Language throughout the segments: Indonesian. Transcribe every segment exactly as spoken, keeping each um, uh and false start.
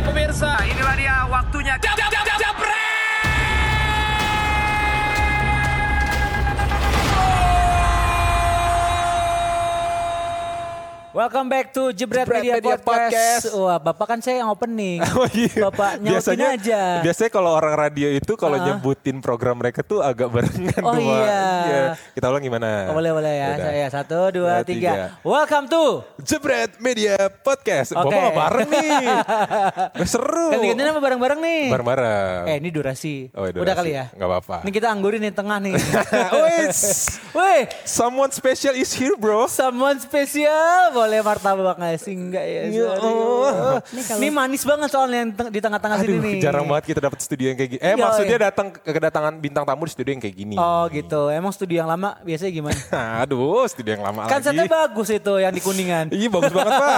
Hai pemirsa, inilah dia waktunya jab jab jab Japret. Welcome back to Jebret, Jebret Media, Media Podcast. Podcast. Wah, Bapak kan saya yang opening. Oh iya. Bapak nyautin biasanya, aja. Biasanya kalau orang radio itu kalau Uh-huh. nyebutin program mereka tuh agak barengan. Oh dua. iya. iya. Kita ulang gimana? Oh, boleh, boleh ya. Yaudah. Saya satu, dua, Dua, tiga. tiga. Welcome to. Jebret Media Podcast. Oke. Bapak nggak bareng nih. Gak seru. Ganti-gantian apa bareng-bareng nih? Bareng-bareng. Eh, ini durasi. Oh, iya, Udah durasi. kali ya? Nggak apa-apa. Ini kita anggurin di tengah nih. Wes. Weh, Someone special is here bro. someone spesial. Boleh martabak nggak sih? Enggak ya? Ya sorry. Allah. Ini, ini manis banget soalnya yang teng- di tengah-tengah sini Aduh, nih. jarang banget kita dapat studio yang kayak gini. Eh Iya, maksudnya iya. datang kedatangan bintang tamu di studio yang kayak gini. Oh gitu. Emang studio yang lama biasanya gimana? Aduh, studio yang lama Kan lagi. setnya bagus itu yang di Kuningan. Iya bagus banget Pak.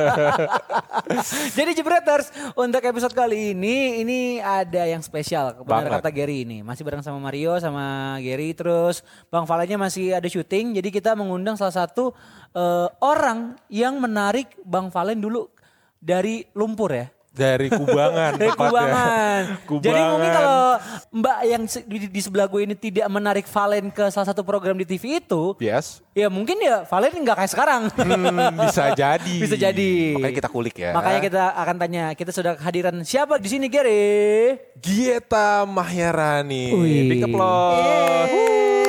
Jadi Jebreters, untuk episode kali ini, ini ada yang spesial. Benar Banget. kata Gary ini. Masih bareng sama Mario, sama Gary. Terus Bang Valennya masih ada syuting. Jadi kita mengundang salah satu eh, orang yang menarik Bang Valen dulu dari lumpur ya. Dari Kubangan. Dari tepatnya. Kubangan. Kubangan. Jadi mungkin kalau Mbak yang se- di, di sebelah gue ini tidak menarik Valen ke salah satu program di T V itu. Yes. Ya mungkin ya Valen nggak kayak sekarang. Hmm, bisa jadi. Bisa jadi. Makanya kita kulik ya. Makanya kita akan tanya, kita sudah kehadiran siapa di sini, Gary? Gieta Mahyarani. Wih. Big applause.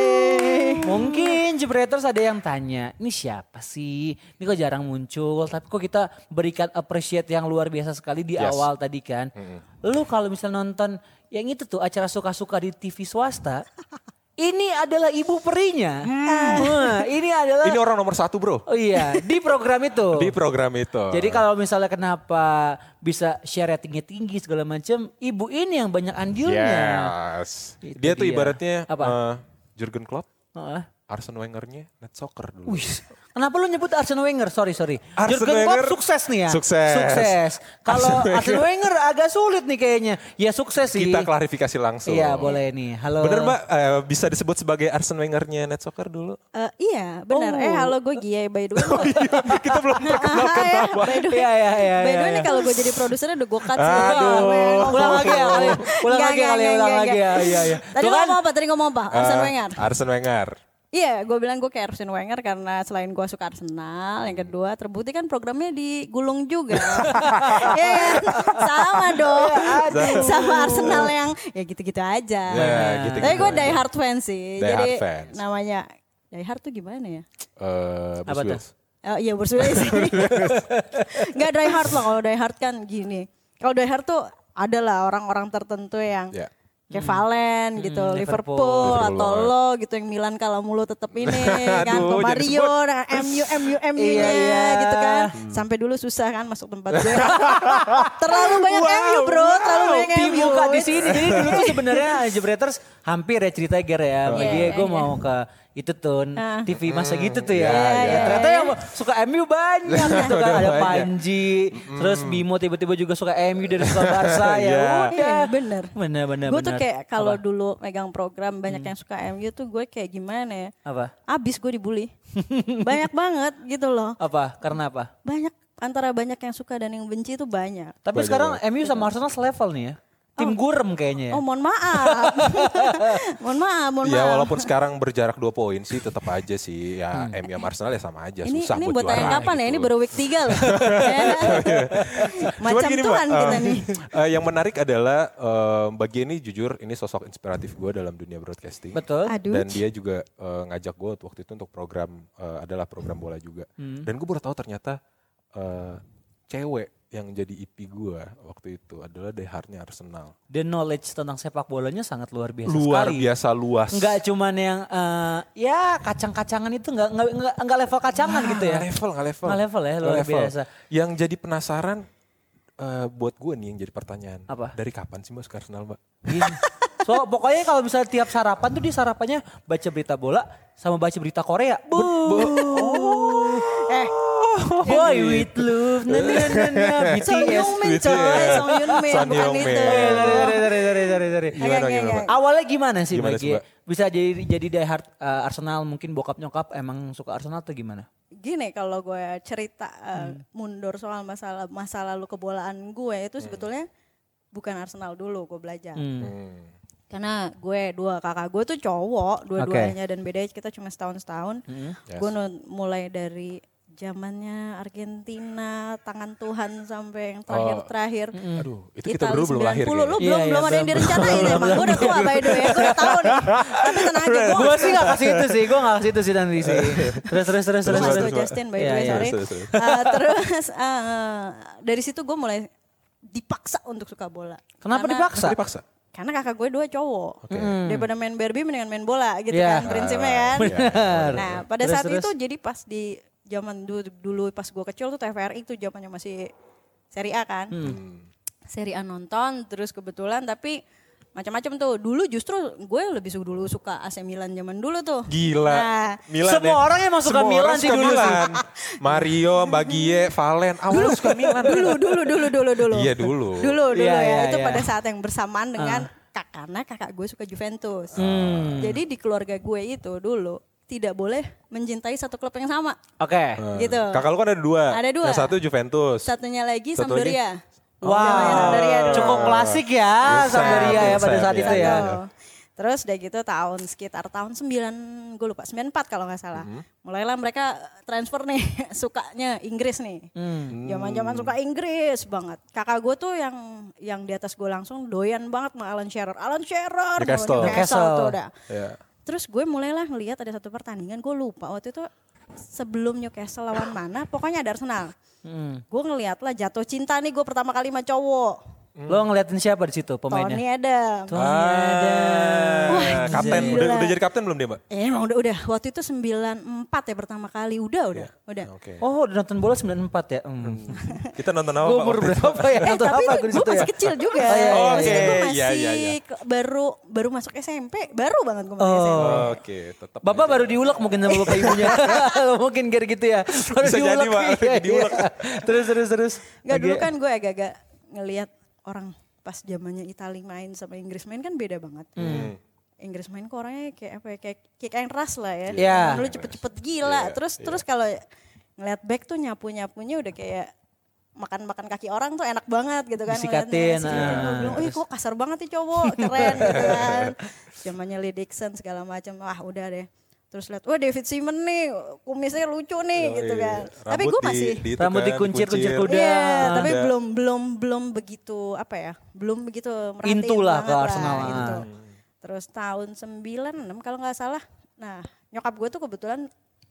Mungkin Jebreters ada yang tanya, ini siapa sih? Ini kok jarang muncul, tapi kok kita berikan appreciate yang luar biasa sekali di Yes. awal tadi kan. Lu kalau misalnya nonton yang itu tuh acara suka-suka di T V swasta, ini adalah ibu perinya. Wah, ini adalah Ini orang nomor satu bro. Oh iya, di program itu. Di program itu. Jadi kalau misalnya kenapa bisa share ratingnya tinggi segala macam, ibu ini yang banyak andilnya. Yes. Itu Dia tuh dia. ibaratnya Apa? eh, Jurgen Klopp, Heeh. Arsene Wenger-nya net soccer dulu. Wih, kenapa lu nyebut Arsene Wenger? Sorry, sorry. Arsene Jurgen Klopp Wenger sukses nih ya? sukses. Sukses. Kalau Arsene Arsene Wenger agak sulit nih kayaknya. Ya sukses sih. Kita klarifikasi langsung. Iya, boleh nih. Halo. Bener Mbak, eh, bisa disebut sebagai Arsene Wenger-nya net soccer dulu? Eh, iya benar. Oh. Eh halo gue Gia by the way. Kita belum perkenalkan ya, nama. by the way. Iya, iya, iya. By the way iya. nih kalau gue jadi produsernya udah gue cut sih. Aduh. Ulang lagi ya kali. Ulang Enggak, lagi enggak, kali, enggak, ulang enggak, lagi ya. enggak. Iya, iya. Tadi Tuh kan? ngomong apa? Tadi ngomong apa? Arsene Eh, Wenger. Arsene Wenger. Iya, gue bilang gue kayak Arsene Wenger karena selain gue suka Arsenal, yang kedua terbukti kan programnya digulung juga. Iya kan? Sama dong. Sama Arsenal yang ya gitu-gitu aja. Ya, gitu-gitu Tapi gue aja. die hard fans sih. Die Jadi hard fans. namanya die hard tuh gimana ya? Eh, Bruce Apa tuh? Willis. Oh, iya Bruce sih. Gak die hard lah, kalau die hard kan gini. Kalau die hard tuh adalah orang-orang tertentu yang Ya. kayak Valen gitu, Hmm, Liverpool, Liverpool. atau Liverpool lo gitu yang Milan kalau mulu tetep ini kan, Aduh, Ko jadi Mario, sebut. nah, M U, M U, M U-nya Iya, iya. gitu kan. Sampai dulu susah kan masuk tempat gue. Terlalu banyak Wow, M U bro, terlalu wow. banyak M U. Dibuka di sini. Jadi dulu tuh sebenarnya Jebreters hampir ya ceritanya Ger ya. Oh, Bagi iya, gue iya. mau ke itu tuh Ah. T V masa gitu tuh ya. Iya, Ya, iya. ternyata yang suka M U banyak gitu kan. Udah Ada banyak. Panji, terus Bimo tiba-tiba juga suka M U dari suka Barca ya. Iya. Udah. Iya, bener. Bener bener Gue tuh bener. kayak kalau Apa? Hmm. dulu megang program banyak yang suka M U tuh gue kayak gimana ya. Apa? Abis gue dibully. Banyak banget gitu loh. Apa? Karena apa? Banyak antara banyak yang suka dan yang benci itu banyak. Tapi Banyak sekarang banget. M U sama Arsenal selevel nih ya. Tim gurem kayaknya ya. Oh mohon maaf. mohon maaf, mohon Ya maaf. walaupun sekarang berjarak dua poin sih tetap aja sih ya M U sama Arsenal ya sama aja ini susah ini buat buat tayang juara kapan ya? gitu. Ini baru week tiga loh. Ya. Cuman Macam gini, Tuhan Mbak, kita eh, nih. eh, yang menarik adalah eh, bagi ini jujur ini sosok inspiratif gue dalam dunia broadcasting. Betul. Aduh. Dan dia juga eh, ngajak gue waktu itu untuk program eh, adalah program bola juga. Dan gue baru tahu ternyata eh, cewek yang jadi I P gue waktu itu adalah diehardnya Arsenal. The knowledge tentang sepak bolanya sangat luar biasa Luar sekali. biasa luas. Enggak cuman yang eh, ya kacang-kacangan itu enggak enggak enggak, enggak level kacangan gitu ya. Nggak level, nggak level. Nggak level ya, Nggak luar level. biasa. Yang jadi penasaran eh, buat gue nih yang jadi pertanyaan. Apa? Dari kapan sih Mas ke Arsenal, Mbak? Gini. So pokoknya kalau misalnya tiap sarapan tuh dia sarapannya baca berita bola sama baca berita Korea. Bu. Eh, Boy with love. Nah, nah, nah, nah. B T Song S. Youngmin coy, Song Youngmin Son bukan Heung-min. itu. Sorry, sorry, sorry, sorry, sorry, sorry. Gimana, Oke, oke, gimana, oke. Mbak? Awalnya gimana sih Gimana Mbak sih, Gie? Mbak? Bisa jadi jadi die hard uh, Arsenal, mungkin bokap nyokap emang suka Arsenal atau gimana? Gini kalau gue cerita uh, mundur soal masalah masa lalu kebolaan gue itu sebetulnya bukan Arsenal dulu gue belajar. Hmm. Hmm. Karena gue dua kakak gue tuh cowok dua-duanya dan bedanya kita cuma setahun-setahun. Yes. Gue nu- mulai dari zamannya Argentina, tangan Tuhan sampai yang terakhir-terakhir. Aduh, itu kita berdua belum lahir. Lu kayaknya. belum Iya, iya, belum ada yang belum. direncanain emang. Gue udah tua by the way, gue udah tahu nih. Tapi tenang aja gue. Gue sih gak kasih itu sih, gue gak kasih itu sih nanti sih. Terus terus terus terus. Mas terus, gue terus. Justin by the Iya, way, iya. sorry. Terus, terus, Uh, terus uh, dari situ gue mulai dipaksa untuk suka bola. Kenapa Karena- dipaksa? Kenapa dipaksa? Karena kakak gue dua cowok. Oke. Daripada main Barbie mendingan main bola gitu Iya. kan prinsipnya kan. Benar. Nah pada Terus, saat terus. itu jadi pas di zaman dulu, dulu pas gue kecil tuh T V R I itu zamannya masih Serie A kan. Hmm. Serie A nonton terus kebetulan tapi macam-macam tuh. Dulu justru gue lebih su- dulu suka A C Milan zaman dulu tuh. Gila. Nah, Milan Semua ya. orang emang suka Semua Milan orang sih suka dulu sih. Milan. Mario, Mbak Gie, Valen. Awalnya suka Milan. dulu dulu dulu dulu dulu. Iya dulu. Dulu dulu Iya, ya. iya, Itu iya. pada saat yang bersamaan dengan kak karena kakak gue suka Juventus. Hmm. Jadi di keluarga gue itu dulu tidak boleh mencintai satu klub yang sama. Oke. Gitu. Kakak lu kan ada dua. Ada dua. Yang satu Juventus. Satunya lagi Satu lagi? Sampdoria. Wow, Zamannya Sampdoria dulu. cukup klasik ya Buset, Sampdoria ya pada buset, saat ya. itu ya. Satu. Terus udah gitu tahun sekitar tahun sembilan, gue lupa sembilan empat kalau nggak salah. Mulailah mereka transfer nih sukanya Inggris nih. Hmm. Zaman-zaman suka Inggris banget. Kakak gue tuh yang yang di atas gue langsung doyan banget sama Alan Shearer. Alan Shearer. Newcastle. mulu, Newcastle tuh Newcastle. udah. Ya. Terus gue mulailah ngelihat ada satu pertandingan, gue lupa waktu itu sebelum Newcastle lawan mana, pokoknya ada Arsenal. Hmm. Gue ngeliat lah jatuh cinta nih gue pertama kali sama cowok. Lo ngeliatin siapa di situ Tony pemainnya? Adam. Tony Adam. Ah, kapten. gila. Udah, udah jadi kapten belum dia, Mbak? Eh, emang udah udah waktu itu sembilan empat ya pertama kali udah udah udah. Oke. Oh udah nonton bola sembilan empat ya? Hmm. Kita nonton apa, Gue Pak? umur waktu itu? berapa ya? Eh Nonton tapi apa itu gue di gue situ ya? masih kecil juga. Oh, iya, iya, Maksudnya iya. gue Iya, masih iya, iya. ke- baru baru masuk S M P, baru banget gue masuk Oh. S M P. Oke, tetap. Bapak aja. baru diulek mungkin sama bapak ibunya. Mungkin kayak gitu ya. Baru Bisa jadi, Pak. Iya, iya. Diulek. Terus terus terus. Enggak dulu Lagi- kan gue agak-agak ngelihat orang pas zamannya Italia main sama Inggris main kan beda banget. Hmm. Inggris main kok orangnya kayak apa ya, kayak kick and rush lah ya. Iya. Dulu cepet-cepet gila. Iya, terus iya. terus kalau ngeliat back tuh nyapu-nyapunya udah kayak makan-makan kaki orang tuh enak banget gitu kan. Disikatin, ngeliatnya. Disikatin. Gue ah. bilang, "Wih, kok kasar banget nih cowok, keren gitu kan." Zamannya Lee Dixon segala macam. Wah, udah deh. Terus lihat, wah David Seaman nih, kumisnya lucu nih Oh, gitu iya. kan. Rambut Tapi gue di- masih di itu Rambut kan, dikuncir, kuncir dikuncir. kuda. Iya, Ah. tapi Udah. belum belum belum begitu apa ya? Belum begitu merhatiin Into lah ke banget Arsenal, lah, ah. into. Terus tahun sembilan enam kalau nggak salah. Nah, nyokap gue tuh kebetulan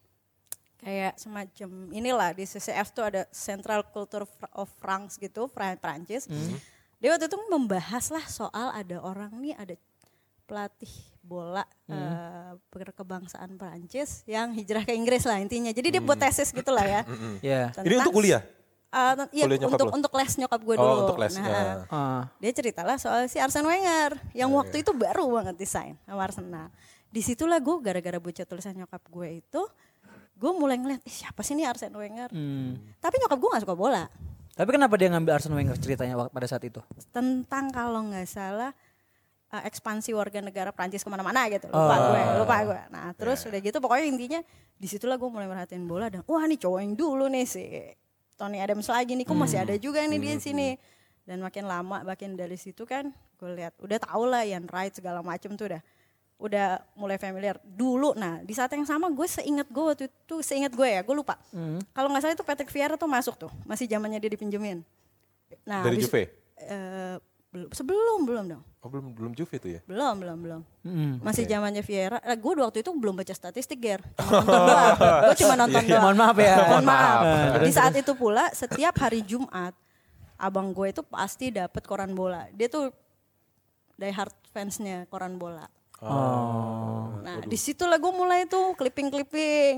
kayak semacam inilah di C C F tuh ada Central Culture of France gitu, Fra- Prancis. Hmm. Dia waktu itu membahas lah soal ada orang nih ada pelatih bola Hmm. eh, berkebangsaan Prancis yang hijrah ke Inggris lah intinya. Jadi dia buat tesis gitu lah ya. Ya. Hmm. Ini untuk kuliah? Uh, iya Kuliah nyokap untuk lo? untuk les nyokap gue Oh, dulu. untuk les, Nah, ya. Ah. dia ceritalah soal si Arsene Wenger yang Oh, waktu itu baru banget desain sama Arsenal. Disitulah gue gara-gara baca tulisan nyokap gue itu, gue mulai ngeliat, "Ih, siapa sih ini Arsene Wenger?" Hmm. Tapi nyokap gue nggak suka bola. Tapi kenapa dia ngambil Arsene Wenger ceritanya wak- pada saat itu? Tentang kalau nggak salah uh, ekspansi warga negara Prancis kemana-mana gitu. Lupa gue, lupa gue. Nah terus udah gitu pokoknya intinya disitulah gue mulai merhatiin bola dan wah nih cowok yang dulu nih si Tony Adams lagi nih, kok masih ada juga nih dia di sini. Dan makin lama, makin dari situ kan gue lihat, udah tau lah Ian Wright segala macem tuh udah udah mulai familiar dulu. Nah di saat yang sama gue seingat gue waktu itu, seingat gue ya, gue lupa. Kalau nggak salah itu Patrick Vieira tuh masuk tuh, masih zamannya dia dipinjemin. Nah, Dari habis- Juve? eh, belum, sebelum belum dong. Oh belum belum Juve itu ya? Belum, belum, belum. Hmm. Masih zamannya Vieira. Eh, gue waktu itu belum baca statistik, Ger. Cuma nonton doang. Gue cuma nonton doang. Mohon maaf ya. Mohon maaf. Di saat itu pula, setiap hari Jumat, abang gue itu pasti dapat koran bola. Dia tuh die hard fansnya koran bola. Oh. Nah, disitulah gue mulai tuh clipping-clipping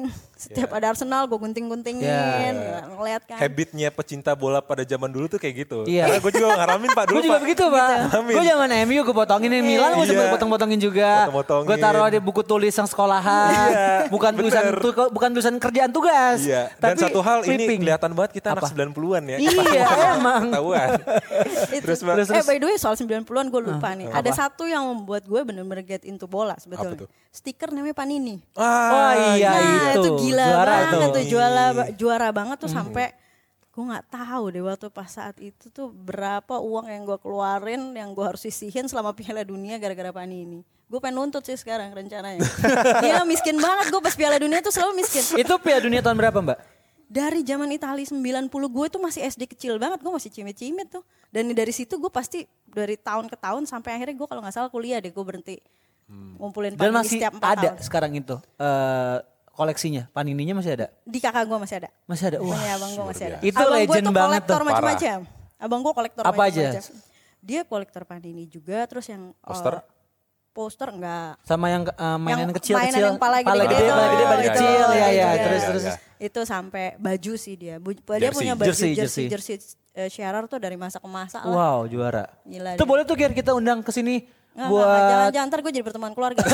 Setiap ada Arsenal gue gunting-guntingin, Yeah. ngeliat kan. Habitnya pecinta bola pada zaman dulu tuh kayak gitu. Iya. Karena gue juga ngaramin Pak dulu Gue juga Pak. begitu Pak. Ngaramin. Gue zaman M U gue potongin nih Milan gue Iya. sempat potong-potongin juga. Potong-potongin. Gue taruh di buku tulis yang sekolahan. Iya, bukan tulisan bener. tu- bukan tulisan kerjaan tugas. Iya. Dan Tapi satu hal ini clipping. kelihatan banget kita anak Apa? sembilan puluhan ya. Iya emang. Ketahuan. Itu. Terus, Mbak. Terus, Eh by the way soal sembilan puluhan gue lupa nih. apa? Ada satu yang membuat gue bener-bener get into bola sebetulnya. tuh? Stiker namanya Panini. Ah, Oh iya Nah itu. itu gila Juara banget tuh. tuh, juara juara banget tuh sampai gue nggak tahu deh waktu pas saat itu tuh berapa uang yang gue keluarin yang gue harus sisihin selama Piala Dunia gara-gara Panini. Gue pengen nuntut sih sekarang rencananya. Iya miskin banget gue pas Piala Dunia tuh selalu miskin. Itu Piala Dunia tahun berapa Mbak? Dari zaman Italia sembilan puluh gue tuh masih S D kecil banget, gue masih cimit-cimit tuh. Dan dari situ gue pasti dari tahun ke tahun sampai akhirnya gue kalau nggak salah kuliah deh gue berhenti ngumpulin Dan Panini masih setiap empat ada tahun. sekarang itu eh, koleksinya. Panininya masih ada? Di kakak gue masih ada. Masih ada. Wah. Punya abang gue masih ada. Itu abang gue legend tuh banget kolektor tuh. macam-macam. Abang gue kolektor Apa aja? macam-macam. Dia kolektor Panini juga, terus yang Poster? uh, poster enggak. Sama yang eh, mainan Yang kecil-kecil. mainan yang pala Pala gede-gede gede, tuh. pala gede, pala Itu, kecil. Ya itu, ya. iya. Terus Iya, terus. iya. Itu sampai baju sih dia. Bu- Dia Jersey. punya baju Jersey, jersey jersey. jersey, uh, Shearer tuh dari masa ke masa lah. Wow juara. Gila Itu dia. boleh tuh Ger kita undang ke sini Nggak, buat nggak, jangan, jangan, ntar gue jadi pertemuan keluarga.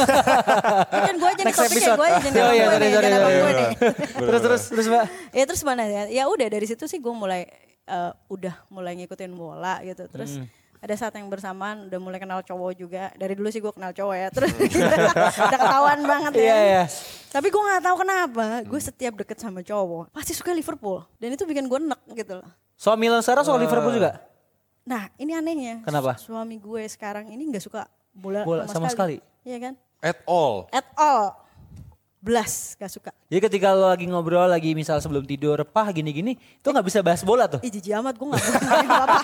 Ini kan gue aja nih next topiknya, episode. gue aja jadi Oh abang iya, gue sorry, nih, sorry, jadi abang sorry. gue nih. terus terus terus Mbak. Ya terus mana ya, ya udah dari situ sih gue mulai, uh, udah mulai ngikutin bola gitu. Terus Hmm. ada saat yang bersamaan udah mulai kenal cowok juga. Dari dulu sih gue kenal cowok ya, terus udah ketahuan banget ya. Iya iya. Tapi gue gak tahu kenapa, gue setiap deket sama cowok pasti suka Liverpool. Dan itu bikin gue enek gitu loh. Soal Milan sekarang soal Liverpool juga? Nah ini anehnya, Kenapa? suami gue sekarang ini gak suka bola, Bola sama sekali? Iya kan? At all. At all. Belas gak suka. Jadi ketika lo lagi ngobrol lagi misal sebelum tidur, pah gini-gini, itu nggak bisa bahas bola tuh. Ih jijik amat gue gak mau dengerin bapak.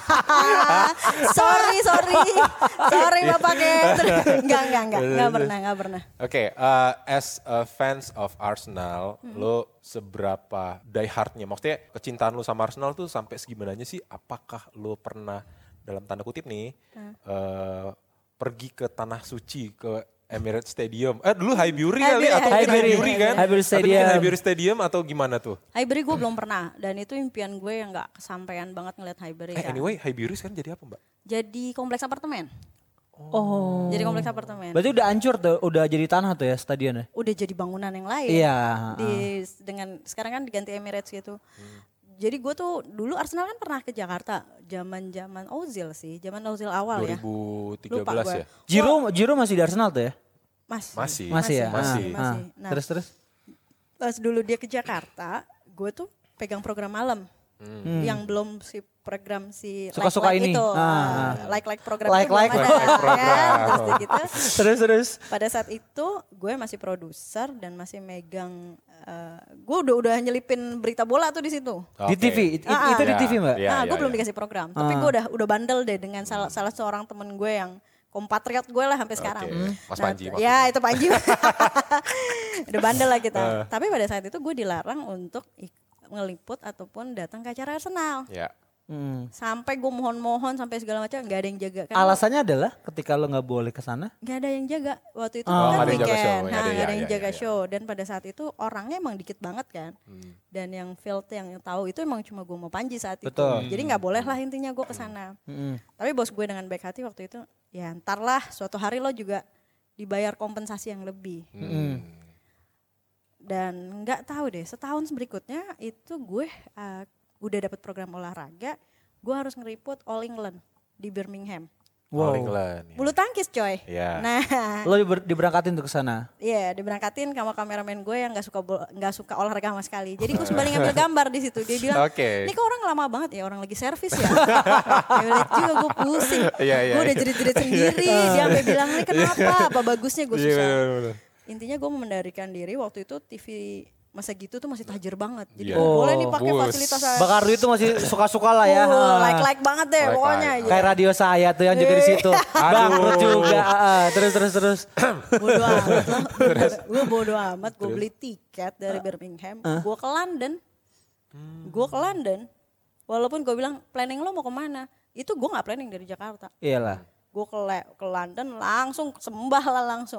Sorry, sorry. Sorry bapak Ket. Enggak, enggak, enggak. Enggak pernah, enggak pernah. Oke, uh, as a fans of Arsenal, lo seberapa diehardnya? Maksudnya kecintaan lo sama Arsenal tuh sampai segimananya sih? Apakah lo pernah dalam tanda kutip nih uh, pergi ke tanah suci ke Emirates Stadium? Eh dulu Highbury kali Highbury, atau mungkin Highbury. Highbury kan? Highbury Atau mungkin Stadium. Highbury Stadium atau gimana tuh? Highbury gue belum pernah. Dan itu impian gue yang gak kesampaian banget ngeliat Highbury. Eh kan. anyway, Highbury sekarang jadi apa Mbak? Jadi kompleks apartemen. Oh. Jadi kompleks apartemen. Berarti udah hancur tuh, udah jadi tanah tuh ya stadionnya? Udah jadi bangunan yang lain. Iya. Di, dengan sekarang kan diganti Emirates gitu. Jadi gue tuh dulu Arsenal kan pernah ke Jakarta. Zaman-zaman Ozil sih. Zaman Ozil awal dua ya. ribu tiga Lupa belas gue. ya? Jiro, Jiro masih di Arsenal tuh ya? Masih. Masih. Masih ya? Masih. Ah, ah. Masih. Nah. Terus terus? Pas dulu dia ke Jakarta, gue tuh pegang program malam. Yang belum si program si Suka-suka like-like ini. itu. Ah, ah. like-like program Like-like itu belum ada. program. Kan? Terus dia gitu. Terus terus? Pada saat itu gue masih produser dan masih megang, uh, gue udah udah nyelipin berita bola tuh di situ. Di T V? It- Ah, itu di ah. T V Mbak? Iya, nah, iya, gue belum iya. dikasih program, tapi Ah. gue udah udah bandel deh dengan salah salah seorang temen gue yang kompatriot gue lah sampai sekarang. Oke. Mas Nah, Panji t- maksudnya. ya itu Panji. Udah bandel lah kita. Tapi pada saat itu gue dilarang untuk ik- ngeliput ataupun datang ke acara Arsenal. Ya. Hmm. Sampai gue mohon-mohon sampai segala macam nggak ada yang jaga kan. Alasannya adalah ketika lo nggak boleh ke sana? Nggak ada yang jaga waktu itu Oh, kan nggak ada yang jaga show, weekend, nggak nah, ada, nggak ya, ada yang ya, jaga ya, ya. show dan pada saat itu orangnya emang dikit banget kan, Hmm. dan yang field yang tahu itu emang cuma gue mau Panji saat itu, Betul. jadi nggak boleh lah intinya gue kesana. Mm-mm. Tapi bos gue dengan baik hati waktu itu, ya ntar lah suatu hari lo juga dibayar kompensasi yang lebih. Mm-mm. Dan nggak tahu deh setahun berikutnya itu gue uh, udah dapat program olahraga, gue harus ngeriput All England di Birmingham. All Wow. England. ya. Bulu tangkis coy. Iya. Nah, Lo diber- diberangkatin tuh ke sana? iya diberangkatin sama kameramen gue yang nggak suka bol- nggak suka olahraga sama sekali. Jadi gue sembari ngambil gambar di situ. Dia bilang, Oke. ini kok orang lama banget ya, orang lagi servis ya. Ya lihat juga gue pusing. Iya, iya, Gue udah iya. jerit-jerit sendiri. Dia sampai bilang, ini kenapa? Apa bagusnya gue Iya, susah. bener, bener. Intinya gue memendarikan diri waktu itu T V masa gitu tuh masih tajir banget. Jadi Iya. nggak boleh nih pakai Oh, fasilitas. Bakar duit tuh masih suka-suka lah ya. Uh, Ah. like-like banget deh Like-like. pokoknya. gitu. Kayak radio saya tuh yang juga di situ. Bangkrut juga. Ah, ah. Terus terus terus. Bodoh amat loh. Gue bodoh amat. Gue beli tiket dari Birmingham. Gue ke London. Gue ke London. Walaupun gue bilang planning lo mau kemana. Itu gue gak planning dari Jakarta. Iyalah. Gue ke, Le- ke London langsung sembah lah langsung.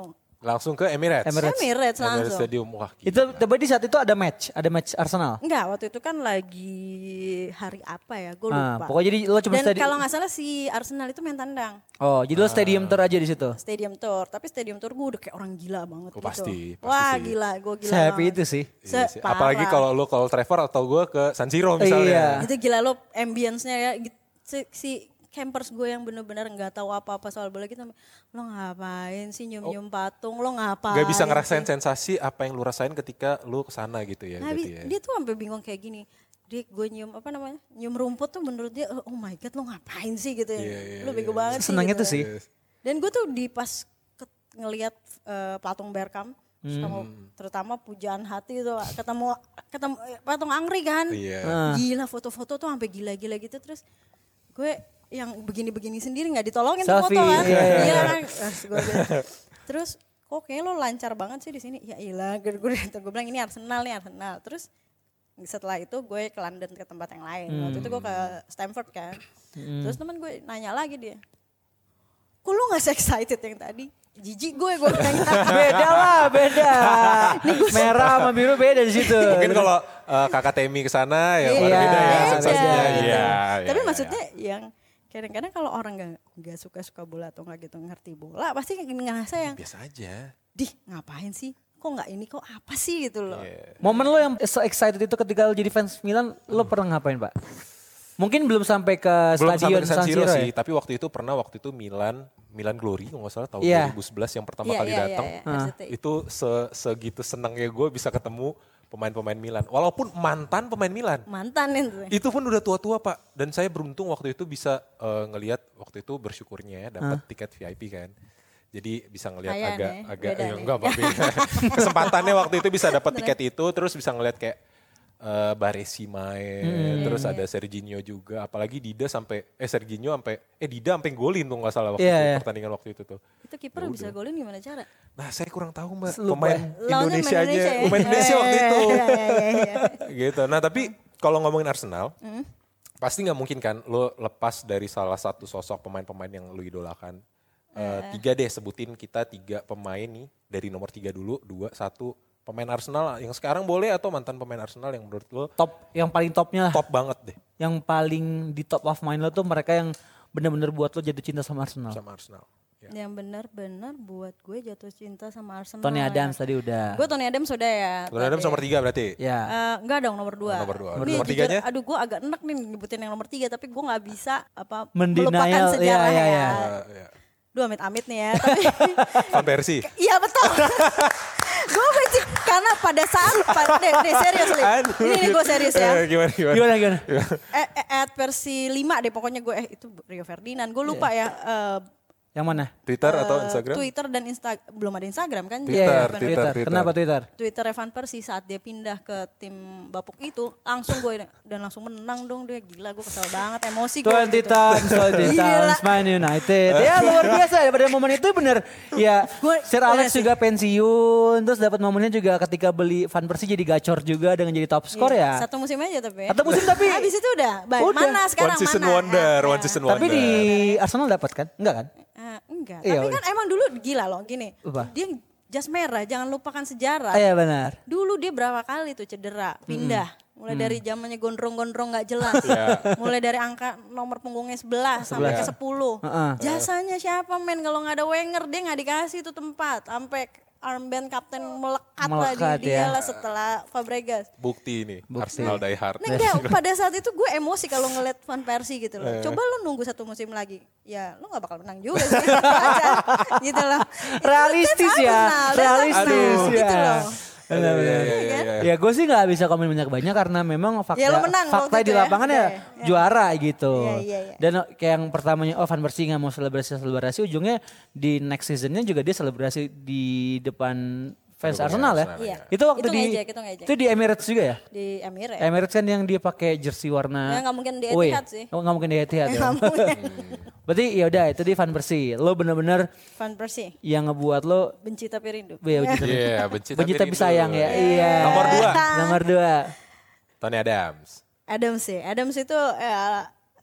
Langsung ke Emirates. Emirates. Emirates Emirates langsung. Stadium. Wah, gila. Itu tapi di saat itu ada match, ada match Arsenal. Enggak, waktu itu kan lagi hari apa ya, gue Ah, lupa. pokoknya jadi lo cuma Dan stadium. kalau nggak salah si Arsenal itu main tandang. Oh, jadi lo stadium tour aja di situ. Stadium tour, tapi stadium tour gue udah kayak orang gila banget Oh, gitu. pasti, pasti Wah sih. gila, gue gila Se-happy banget. itu sih. Iya sih. Separah. Apalagi kalau lu kalau Trevor atau gue ke San Siro misalnya. Iya. Itu gila lo ambience-nya ya. Gitu. Si, si campers gue yang bener-bener nggak tahu apa-apa soal bola gitu. Lo ngapain sih nyium-nyium patung, lo ngapain Gak bisa ngerasain sih? sensasi apa yang lu rasain ketika lu kesana gitu ya. Nah, berarti ya. dia tuh sampai bingung kayak gini. Dik, gue nyium apa namanya? Nyium rumput tuh menurut dia, oh my god, lo ngapain sih gitu ya? Iya, iya, Lo bego banget sih. Senangnya gitu. tuh sih. Dan gue tuh di pas ke- ngelihat eh, patung Bergkamp, sama terutama pujaan hati itu, ketemu ketemu eh, patung Angri kan, Iya. Ah. gila foto-foto tuh sampai gila-gila gitu. Terus gue yang begini-begini sendiri nggak ditolongin tuh Selfie, foto kan, iya, iya. iya kan. Terus gue bilang, terus kok kayak lo lancar banget sih di sini? Ya ilah, gue gue gue bilang ini Arsenal nih Arsenal. Terus setelah itu gue ke London ke tempat yang lain. Waktu itu gue ke Stamford kan. Terus teman gue nanya lagi dia, kok lu gak se-excited yang tadi? Jijik gue, gue nanya. Beda lah, beda. Merah sama biru beda di situ. Mungkin kalau uh, kakak Temi kesana ya Iya, beda ya beda. sensasinya. Gitu. Iya. Tapi iya, maksudnya yang kadang-kadang kalau orang gak, gak suka-suka bola atau gak gitu ngerti bola, pasti ngerasa yang, iya. Biasa aja. dih ngapain sih? Kok gak ini, kok apa sih gitu loh. Iya. Momen lo yang se-excited itu ketika lo jadi fans Milan, lo pernah ngapain Pak? Mungkin belum sampai ke Belum stadion sampai ke San Siro Siro sih, ya? tapi waktu itu pernah waktu itu Milan Milan Glory kalau nggak salah tahun Iya. dua ribu sebelas yang pertama Iya, kali iya, datang. iya, iya, R C T I. Itu se segitu senangnya gue bisa ketemu pemain-pemain Milan. Walaupun mantan pemain Milan. Mantan itu. Itu pun udah tua-tua Pak. Dan saya beruntung waktu itu bisa eh, ngelihat waktu itu bersyukurnya ya dapat tiket V I P kan. Jadi bisa ngelihat Sayang agak ya, agak beda ya, nih. enggak Pak, beda. Kesempatannya waktu itu bisa dapat tiket itu terus bisa ngelihat kayak eh, Baresi main, terus ada Serginho juga, apalagi Dida sampai eh Serginho sampai eh Dida sampai golin tuh nggak salah waktu Iya, itu iya. pertandingan waktu itu tuh. Itu kiper bisa golin gimana cara? Nah saya kurang tahu Mbak Lupa pemain ya. Lawannya main Indonesianya, Indonesia ya? pemain Indonesia waktu itu. Iya, iya, iya, iya. Gitu. Nah tapi kalau ngomongin Arsenal, pasti nggak mungkin kan lo lepas dari salah satu sosok pemain-pemain yang lo idolakan. Eh, tiga deh sebutin kita tiga pemain nih dari nomor tiga dulu, dua, satu pemain Arsenal yang sekarang boleh atau mantan pemain Arsenal yang menurut lo Top, yang paling topnya lah. top banget deh Yang paling di top of mind lo tuh mereka yang benar-benar buat lo jatuh cinta sama Arsenal. sama Arsenal. Ya. Yang benar-benar buat gue jatuh cinta sama Arsenal. Tony ya. Adams tadi udah. Gue Tony Adams sudah ya. Tony Adams tadi. nomor tiga berarti. Ya. Eh, enggak dong nomor dua. Nomor dua. Nih, Nomor jujur, tiganya? aduh gue agak enak nih nyebutin yang nomor tiga. Tapi gue gak bisa apa Mendenial, melupakan iya, sejarah iya, ya. iya. Eh, ya. Duh amit-amit nih ya. Tapi Van Persie. iya betul. Gue benci karena pada saat pa- deh, deh serius Lip. Aduh, Ini nih gue serius ya. Eh, gimana gimana? Gimana gimana? Eh, eh, at versi lima deh pokoknya gue eh itu Rio Ferdinand. Gue lupa ya. eh, Yang mana? Twitter atau eh, Instagram? Twitter dan Insta belum ada Instagram kan? Twitter, Iya, Evan- Twitter, Twitter. Kenapa Twitter? Twitter Evan Persie saat dia pindah ke tim Bapuk itu langsung gue dan langsung menang dong dia gila gue kesel banget emosi gue twenty gitu. times, twenty Gila. times Man United. Ya luar biasa ya pada momen itu bener. Ya Gue- Sir Alex iya sih. juga pensiun. Terus dapat momennya juga ketika beli Van Persie jadi gacor juga dengan jadi top skor Iya, ya. satu musim aja tapi ya. Satu musim tapi- habis itu udah, ba- Udah. mana sekarang One season mana? wonder, Ah, one ah. season wonder. Tapi di Arsenal dapat kan? Enggak kan? Ah, enggak, Iya, tapi udah. kan emang dulu gila loh gini. Apa? Dia jas merah, jangan lupakan sejarah. Iya benar. Dulu dia berapa kali tuh cedera, pindah. Mulai dari zamannya gondrong-gondrong nggak jelas. Iya. Mulai dari angka nomor punggungnya sebelas sampai ke sepuluh. Heeh. Jasanya siapa men kalau nggak ada Wenger dia nggak dikasih itu tempat. Sampai armband kapten melekat, lah Melekat, di dia ya. lah setelah Fabregas. Bukti ini Bukti. Arsenal die hard. Nah, enggak, pada saat itu gue emosi kalau ngeliat Van Persie gitu Eh. loh. Coba lo nunggu satu musim lagi. Ya lo gak bakal menang juga sih. Aja, gitu loh. Realistis That's ya, Arsenal, that's realistis Arsenal, ya. Gitu loh. Benar, benar. Iya, iya, iya, iya. Ya gue sih gak bisa komen banyak-banyak karena memang fakta, Ya, lo menang fakta waktu di itu ya. lapangan ya, Udah ya. Ya. juara gitu. Iya, iya, iya. Dan kayak yang pertamanya oh Van Persie gak mau selebrasi-selebrasi, ujungnya di next seasonnya juga dia selebrasi di depan fans Pendukung Arsenal ya. Arsenal, Iya. Itu waktu Itu di ngejek, itu ngejek. itu di Emirates juga ya. Di Emirates. Emirates kan yang dia pakai jersey warna. Ya, nggak mungkin di away. Etihad sih. Oh, nggak mungkin di Etihad ya. Nggak mungkin. Berarti ya udah itu di Van Persie. Lo bener-bener Van Persie. yang ngebuat lo Benci tapi rindu. ya, benci tapi- Iya, benci benci tapi tapi rindu. sayang ya. Iya. Nomor dua. Nomor dua. Tony Adams. Adams sih. Adams itu ya,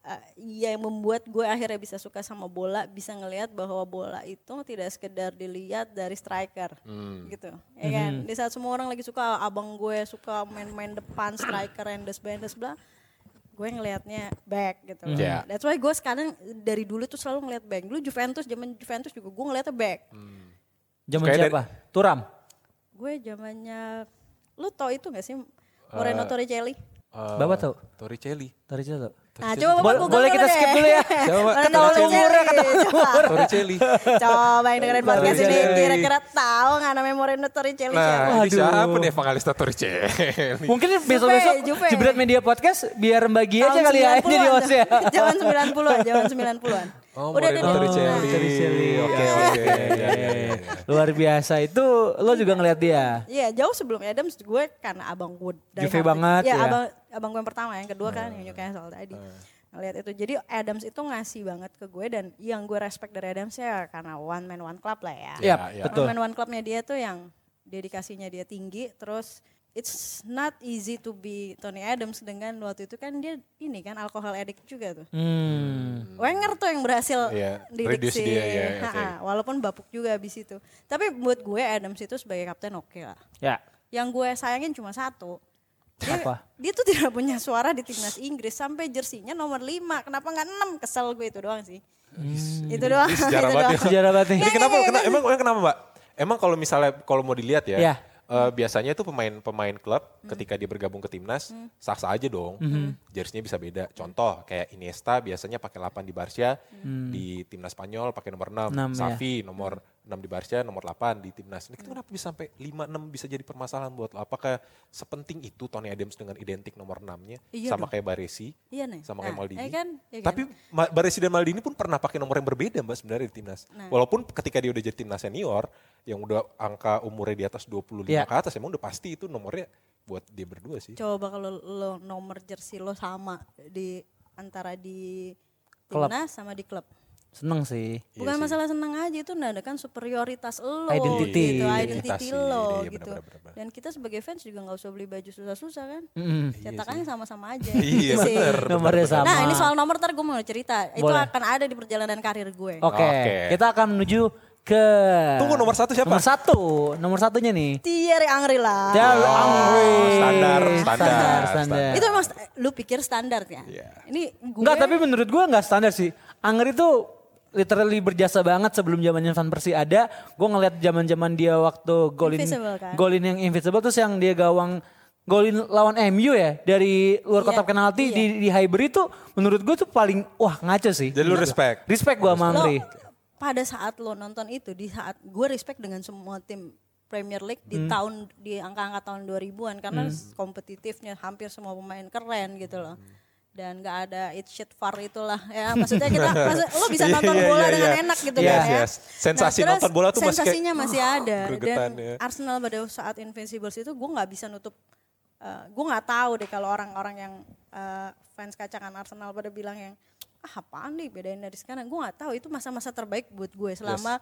uh, yang membuat gue akhirnya bisa suka sama bola, bisa ngelihat bahwa bola itu tidak sekedar dilihat dari striker, hmm. gitu, ya kan? Di saat semua orang lagi suka, abang gue suka main-main depan striker, endes-bendes, bla, gue ngelihatnya back gitu. Yeah. That's why gue sekarang dari dulu tuh selalu ngelihat back. Dulu Juventus, zaman Juventus juga gue ngelihatnya back. Hmm. Zaman Kayak siapa? dari- Turam. Gue zamannya, lu tau itu gak sih Moreno Uh, Torricelli? Uh, Bapak tahu? Torricelli. Torricelli tuh. Nah, coba Bapak Boleh, Google boleh kita dulu skip deh. dulu ya. Coba, Ketahuan umurnya, ketahuan umur. Torricelli. Coba yang dengerin podcast ini Torricelli. kira-kira tahu gak namanya Moreno Torricelli siapa? Nah, ini Waduh. siapa nih Evangelista Torricelli? Mungkin besok-besok Juve. Jebret Media Podcast biar bagi aja Tahun kali ya sembilan puluhan jadi host ya. tuh. Zaman sembilan puluhan, zaman sembilan puluhan. Oh, Udah Moreno deh. Torricelli. Torricelli. Oke, oke. Ya, ya, ya, ya. Luar biasa itu lo juga ngeliat dia. Iya, jauh sebelum Adams gue karena abang gue die Juve hard. banget ya. ya. abang abang gue yang pertama, yang kedua kan yang Newcastle tadi. Ngeliat itu. Jadi Adams itu ngasih banget ke gue dan yang gue respect dari Adams ya karena one man one club lah ya. Iya, ya. betul. One man one clubnya dia tuh yang dedikasinya dia tinggi, terus it's not easy to be Tony Adams dengan waktu itu kan dia ini kan alkohol addict juga tuh. Hmm. Wenger tuh yang berhasil Iya, didik reduce si, dia, ya, oke. Ha-ha, walaupun bapuk juga abis itu. Tapi buat gue Adams itu sebagai kapten oke lah. Ya. Yang gue sayangin cuma satu. Dia, Apa? dia tuh tidak punya suara di timnas Inggris sampai jersinya nomor lima. Kenapa nggak enam? Kesel gue itu doang sih. Hmm. Itu doang. Ini sejarah itu banget doang. ya. Sejarah banget nih. Jadi kenapa, kenapa emang, emang kenapa Mbak? Emang kalau misalnya kalau mau dilihat ya, Iya. eh, biasanya itu pemain-pemain klub ketika dia bergabung ke timnas sah-sah aja dong. Jersey-nya bisa beda. Contoh kayak Iniesta biasanya pakai delapan di Barca, di timnas Spanyol pakai nomor enam. Enam, ya. Xavi nomor enam di Barca, nomor delapan di timnas. Ini kenapa bisa sampai lima enam bisa jadi permasalahan buat lo? Apakah sepenting itu Tony Adams dengan identik nomor enam-nya Iya sama dong. kayak Baresi? Iya nih. Sama kayak Nah, Maldini. ya kan, ya kan. Tapi Ma- Baresi dan Maldini pun pernah pakai nomor yang berbeda Mbak sebenarnya di timnas. Nah. Walaupun ketika dia udah jadi timnas senior, yang udah angka umurnya di atas dua puluh lima Iya. ke atas, emang udah pasti itu nomornya buat dia berdua sih. Coba kalau lo nomor jersey lo sama di antara di Klub. timnas sama di klub. Seneng sih. Bukan Iya sih. masalah senang aja, itu menandakan superioritas lo Identity. gitu, Identitas identity sih, lo iya, gitu. benar, benar, benar. Dan kita sebagai fans juga nggak usah beli baju susah-susah kan. Mm. Cetakannya sama-sama aja. Iya gitu sih. benar. Nomornya sama. Nah ini soal nomor ntar gue mau cerita. Itu Boleh. akan ada di perjalanan karir gue. Oke, Oke. kita akan menuju ke Tunggu, nomor satu siapa? Nomor satu, nomor satunya nih. Thierry Henry lah. Thierry Oh, Henry. standar, standar, standar, standar. Itu emang st- lu pikir standar ya? Iya. Ini gue Enggak, tapi menurut gua enggak standar sih. Henry itu literally berjasa banget sebelum zamannya Van Persie ada. Gue ngeliat zaman-zaman dia waktu golin Invisible kan? golin yang invisible terus yang dia gawang golin lawan M U ya dari luar Iya, kotak penalti iya. di di Highbury itu menurut gue tuh paling wah ngaco sih. Jadi lu respect. Respect gue sama lo Henry. pada saat lo nonton itu, di saat gue respect dengan semua tim Premier League Hmm. di tahun di angka-angka tahun dua ribuan karena kompetitifnya hampir semua pemain keren gitu loh. Dan gak ada it shit far itulah ya, maksudnya kita maksud, lo bisa Iya, nonton iya, bola iya, dengan iya. enak gitu Yes, kan ya. yes. Sensasi terus nonton bola tuh masih kayak, sensasinya masih ada gregetan, dan ya. Arsenal pada saat Invincibles itu gue nggak bisa nutup, uh, gue nggak tahu deh kalau orang-orang yang uh, fans kacangan Arsenal pada bilang yang ah apaan nih bedain dari sekarang, gue nggak tahu itu masa-masa terbaik buat gue selama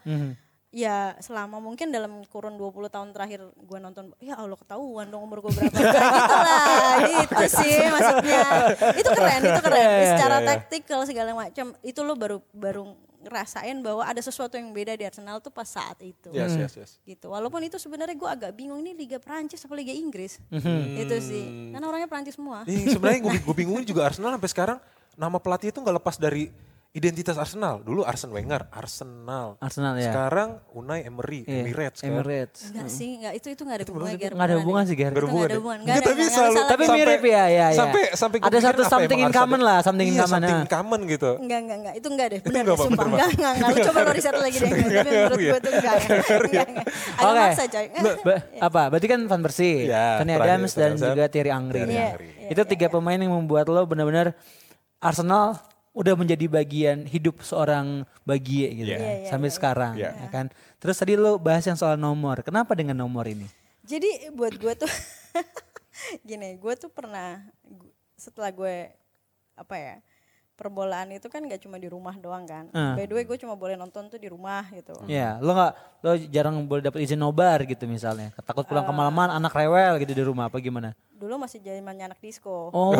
ya selama mungkin dalam kurun dua puluh tahun terakhir gue nonton, ya Allah ketahuan dong umur gue berapa. Kayak gitu lah, gitu sih maksudnya. Itu keren, itu keren. Secara taktikal segala macam, itu lo baru baru ngerasain bahwa ada sesuatu yang beda di Arsenal tuh pas saat itu. Yes, yes, yes. Gitu. Walaupun itu sebenarnya gue agak bingung ini Liga Prancis apa Liga Inggris. Itu sih. Karena orangnya Prancis semua. Nih, sebenarnya gue, gue bingung juga Arsenal sampai sekarang nama pelatih itu nggak lepas dari identitas Arsenal. Dulu Arsene Wenger, Arsenal. Arsenal ya. Sekarang Unai Emery, Iya, Emirates kan. Emirates. Enggak sih, enggak itu itu enggak ada hubungannya Ger. Nggak ada hubungan sih, Ger. Nggak ada Itu hubungan. nggak ada ya? hubungan. Nggak, Nggak ada, tapi nggak selalu, salah. Tapi sampai- mirip ya, ya, ya. Sampai, sampai gue Ada pikir satu apa something emang in harus common ada- lah, something in iya, common, something ah. in common gitu. Enggak, enggak, enggak. Itu enggak deh. Benar enggak, deh, Pak, sumpah. bener, Enggak, Pak. enggak, enggak. Lu coba lo riset lagi deh. Tapi menurut gue tuh enggak. Enggak, enggak. Agak Oke. maksa coy. Ba- apa? Berarti kan Van Persie, Ya, Tony terakhir, Adams dan Tony juga Adams. Thierry Henry. Thierry Iya, Henry. iya, Itu tiga pemain yang membuat lo benar-benar Arsenal udah menjadi bagian hidup seorang bagie gitu Iya. kan, Iya, iya, sampai iya. sekarang Iya. ya kan. Terus tadi lo bahas yang soal nomor. Kenapa dengan nomor ini? Jadi buat gue tuh gini, gue tuh pernah gu- setelah gue apa ya perbolaan itu kan gak cuma di rumah doang kan. Uh. By the way gue cuma boleh nonton tuh di rumah gitu. Iya, lo nggak, lo jarang boleh dapat izin nobar gitu misalnya. Takut pulang Uh. kemalaman, anak rewel gitu di rumah apa gimana? Dulu masih zamannya anak disco. Oh,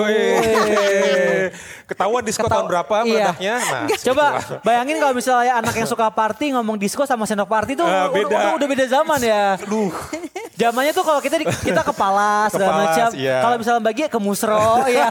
Wih. Ketahuan diskon tahun berapa Iya. meledaknya? Nah, Coba bayangin kalau misalnya anak yang suka party ngomong disco sama sendok party tuh Ah, udah, beda. udah, udah beda zaman ya. Aduh. Zamannya tuh kalau kita di, kita ke Palas Ke segala Palas, macam. iya. Kalau misalnya bagi ke Musro ya.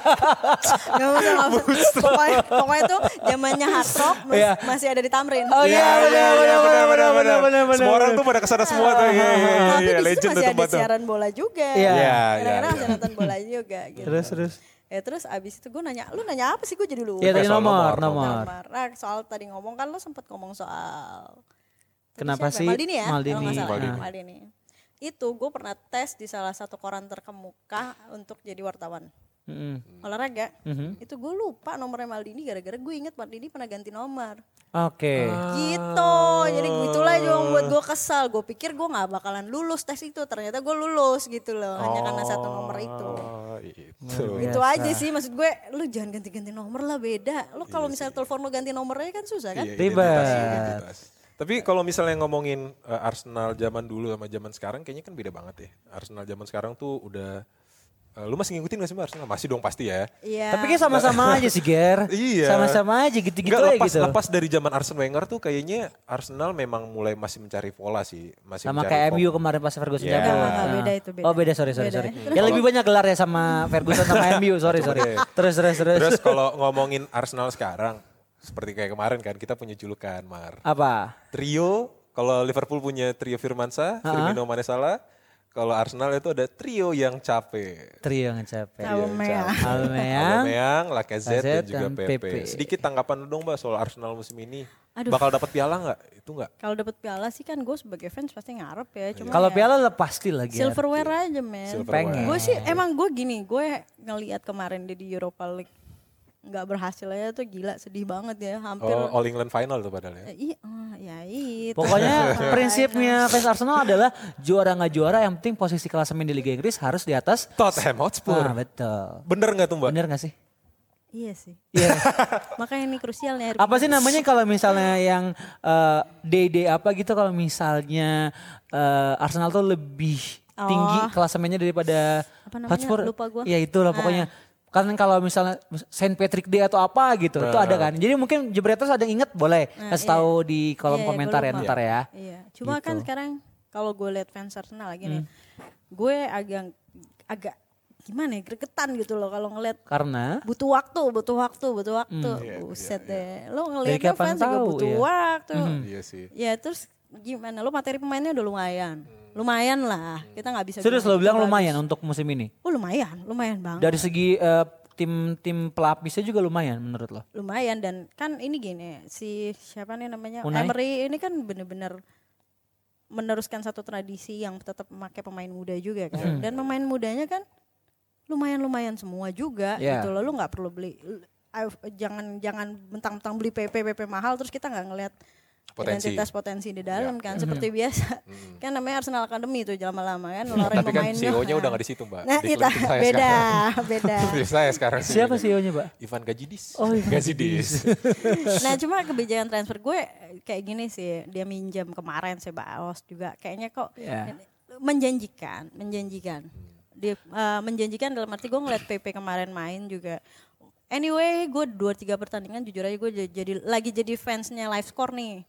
Gak usah, gak usah. Pokoknya, pokoknya tuh zamannya hard rock mas- Iya. masih ada di Tamrin. Oh iya, benar benar benar benar benar benar. Semua orang tuh pada kesana semua tuh. Iya, iya, iya, Tapi iya, di situ legend tuh masih ada tempat tuh. siaran bola juga. Iya. Iya, iya, Kadang-kadang iya. masih nonton bola juga gitu. Terus terus. Ya terus abis itu gue nanya, lu nanya apa sih gue jadi lupa. Iya tadi soal nomor, nomor, nomor. Nah, soal tadi ngomong kan lo sempet ngomong soal. Tadi Kenapa siapa? sih Maldini ya? Maldini? Kalau nggak salah, Maldini. Maldini. Itu gue pernah tes di salah satu koran terkemuka untuk jadi wartawan Mm-mm. olahraga. Mhm. Itu gue lupa nomornya Maldini gara-gara gue inget Maldini pernah ganti nomor. Oke. Gitu. Jadi itulah yang buat gue kesal. Gue pikir gue nggak bakalan lulus tes itu. Ternyata gue lulus gitu loh. Hanya karena satu nomor itu. Oh, itu. Itu aja sih maksud gue. Lu jangan ganti-ganti nomor lah, beda. Lu kalau misalnya telepon lu ganti nomornya kan susah kan? Iya, Ribet. identitas, identitas. Tapi kalau misalnya ngomongin uh, Arsenal zaman dulu sama zaman sekarang kayaknya kan beda banget ya. Arsenal zaman sekarang tuh udah uh, lu masih ngikutin gak sih Mbak Arsenal? Masih dong pasti ya. Iya. Tapi kayak sama-sama aja sih Ger. Iya. Sama-sama aja gitu-gitu Enggak, aja lepas, gitu. lepas dari zaman Arsene Wenger tuh kayaknya Arsenal memang mulai masih mencari pola sih. Masih Sama mencari kayak M U form. kemarin pas Ferguson Iya. jago. Enggak, enggak, Nah. beda itu, beda. Oh beda, sorry, sorry, Beda sorry. ya. Ya lebih banyak gelar ya sama Ferguson sama M U, sorry, sorry. Oke. Terus, terus, terus. Terus kalau ngomongin Arsenal sekarang, seperti kayak kemarin kan kita punya julukan Mar. Apa? Trio, kalau Liverpool punya trio Firmansyah, Firmino, Mane, Salah. Kalau Arsenal itu ada trio yang capek. Trio yang capek. Aubameyang. Aubameyang. Aubameyang, Lacazette dan Lacazette juga dan Pepe. Pepe. Sedikit tanggapan lu dong Mbak soal Arsenal musim ini. Aduh. Bakal dapat piala nggak? Itu nggak? Kalau dapet piala sih kan gue sebagai fans pasti ngarep ya. Cuma Kalau ya, piala lah pasti lagi. silverware aja men. Silverware. Pengen. Gue sih emang gue gini, gue ngelihat kemarin dia di Europa League nggak berhasil aja tuh gila, sedih banget ya, hampir. Oh, All England final tuh padahal ya. Eh, iya, oh, ya itu. Pokoknya prinsipnya fans Arsenal adalah juara nggak juara, yang penting posisi klasemen di Liga Inggris harus di atas. Tottenham Hotspur. Ah, betul. Bener nggak tuh Mbak? Bener nggak sih? Iya sih. Iya. Makanya ini krusialnya. hari Apa ini. sih namanya kalau misalnya yang eh, D D apa gitu, kalau misalnya eh, Arsenal tuh lebih tinggi Oh. klasemennya daripada Apa namanya? Hotspur. Lupa gua. Iya itulah pokoknya. Kan kalau misalnya Saint Patrick Day atau apa gitu, itu ada kan. Jadi mungkin Jebreters ada yang inget, boleh Nah, kasih iya. tahu di kolom Iya, gua komentar ya lupa. ntar ya. Iya. Cuma Gitu. kan sekarang kalau gue lihat fans Arsenal lagi nih, Hmm. gue agak agak gimana ya, gregetan gitu loh kalau ngeliat Karena butuh waktu, butuh waktu, butuh waktu. Buset deh. Lo ngeliatnya Dari kapan fans juga tahu, butuh ya? waktu. Iya sih. Ya terus gimana, lo materi pemainnya udah lumayan. Lumayan lah, kita nggak bisa. serius bilang lo bilang itu lumayan bagus. untuk musim ini. Oh lumayan, lumayan banget. Dari segi eh, tim tim pelapisnya juga lumayan menurut lo. Lumayan, dan kan ini gini, si siapa nih namanya, Unai? Emery ini kan bener-bener meneruskan satu tradisi yang tetap memakai pemain muda juga kan. Hmm. Dan pemain mudanya kan lumayan-lumayan semua juga Yeah. gitu loh. Lu nggak perlu beli, ayo, jangan jangan mentang-mentang beli P P P P mahal terus kita nggak ngelihat Potensi. identitas potensi di dalam Ya. kan, seperti biasa. Kan namanya Arsenal Academy itu lama-lama kan ngeluarin Tapi kan pemainnya. C E O-nya udah nggak di situ Mbak. Nah, Di kita klub tim saya beda, sekarang. beda. Tim saya sekarang. Siapa C E O-nya, Pak? Ivan Gazidis. Oh, Ivan Gazidis. Nah cuma kebijakan transfer gue kayak gini sih, dia minjam kemarin Ceballos juga kayaknya kok Ya. menjanjikan, menjanjikan. Dia eh, menjanjikan dalam arti gue ngeliat P P kemarin main juga. Anyway, gue dua tiga pertandingan jujur aja gue jadi, jadi lagi jadi fansnya live score nih.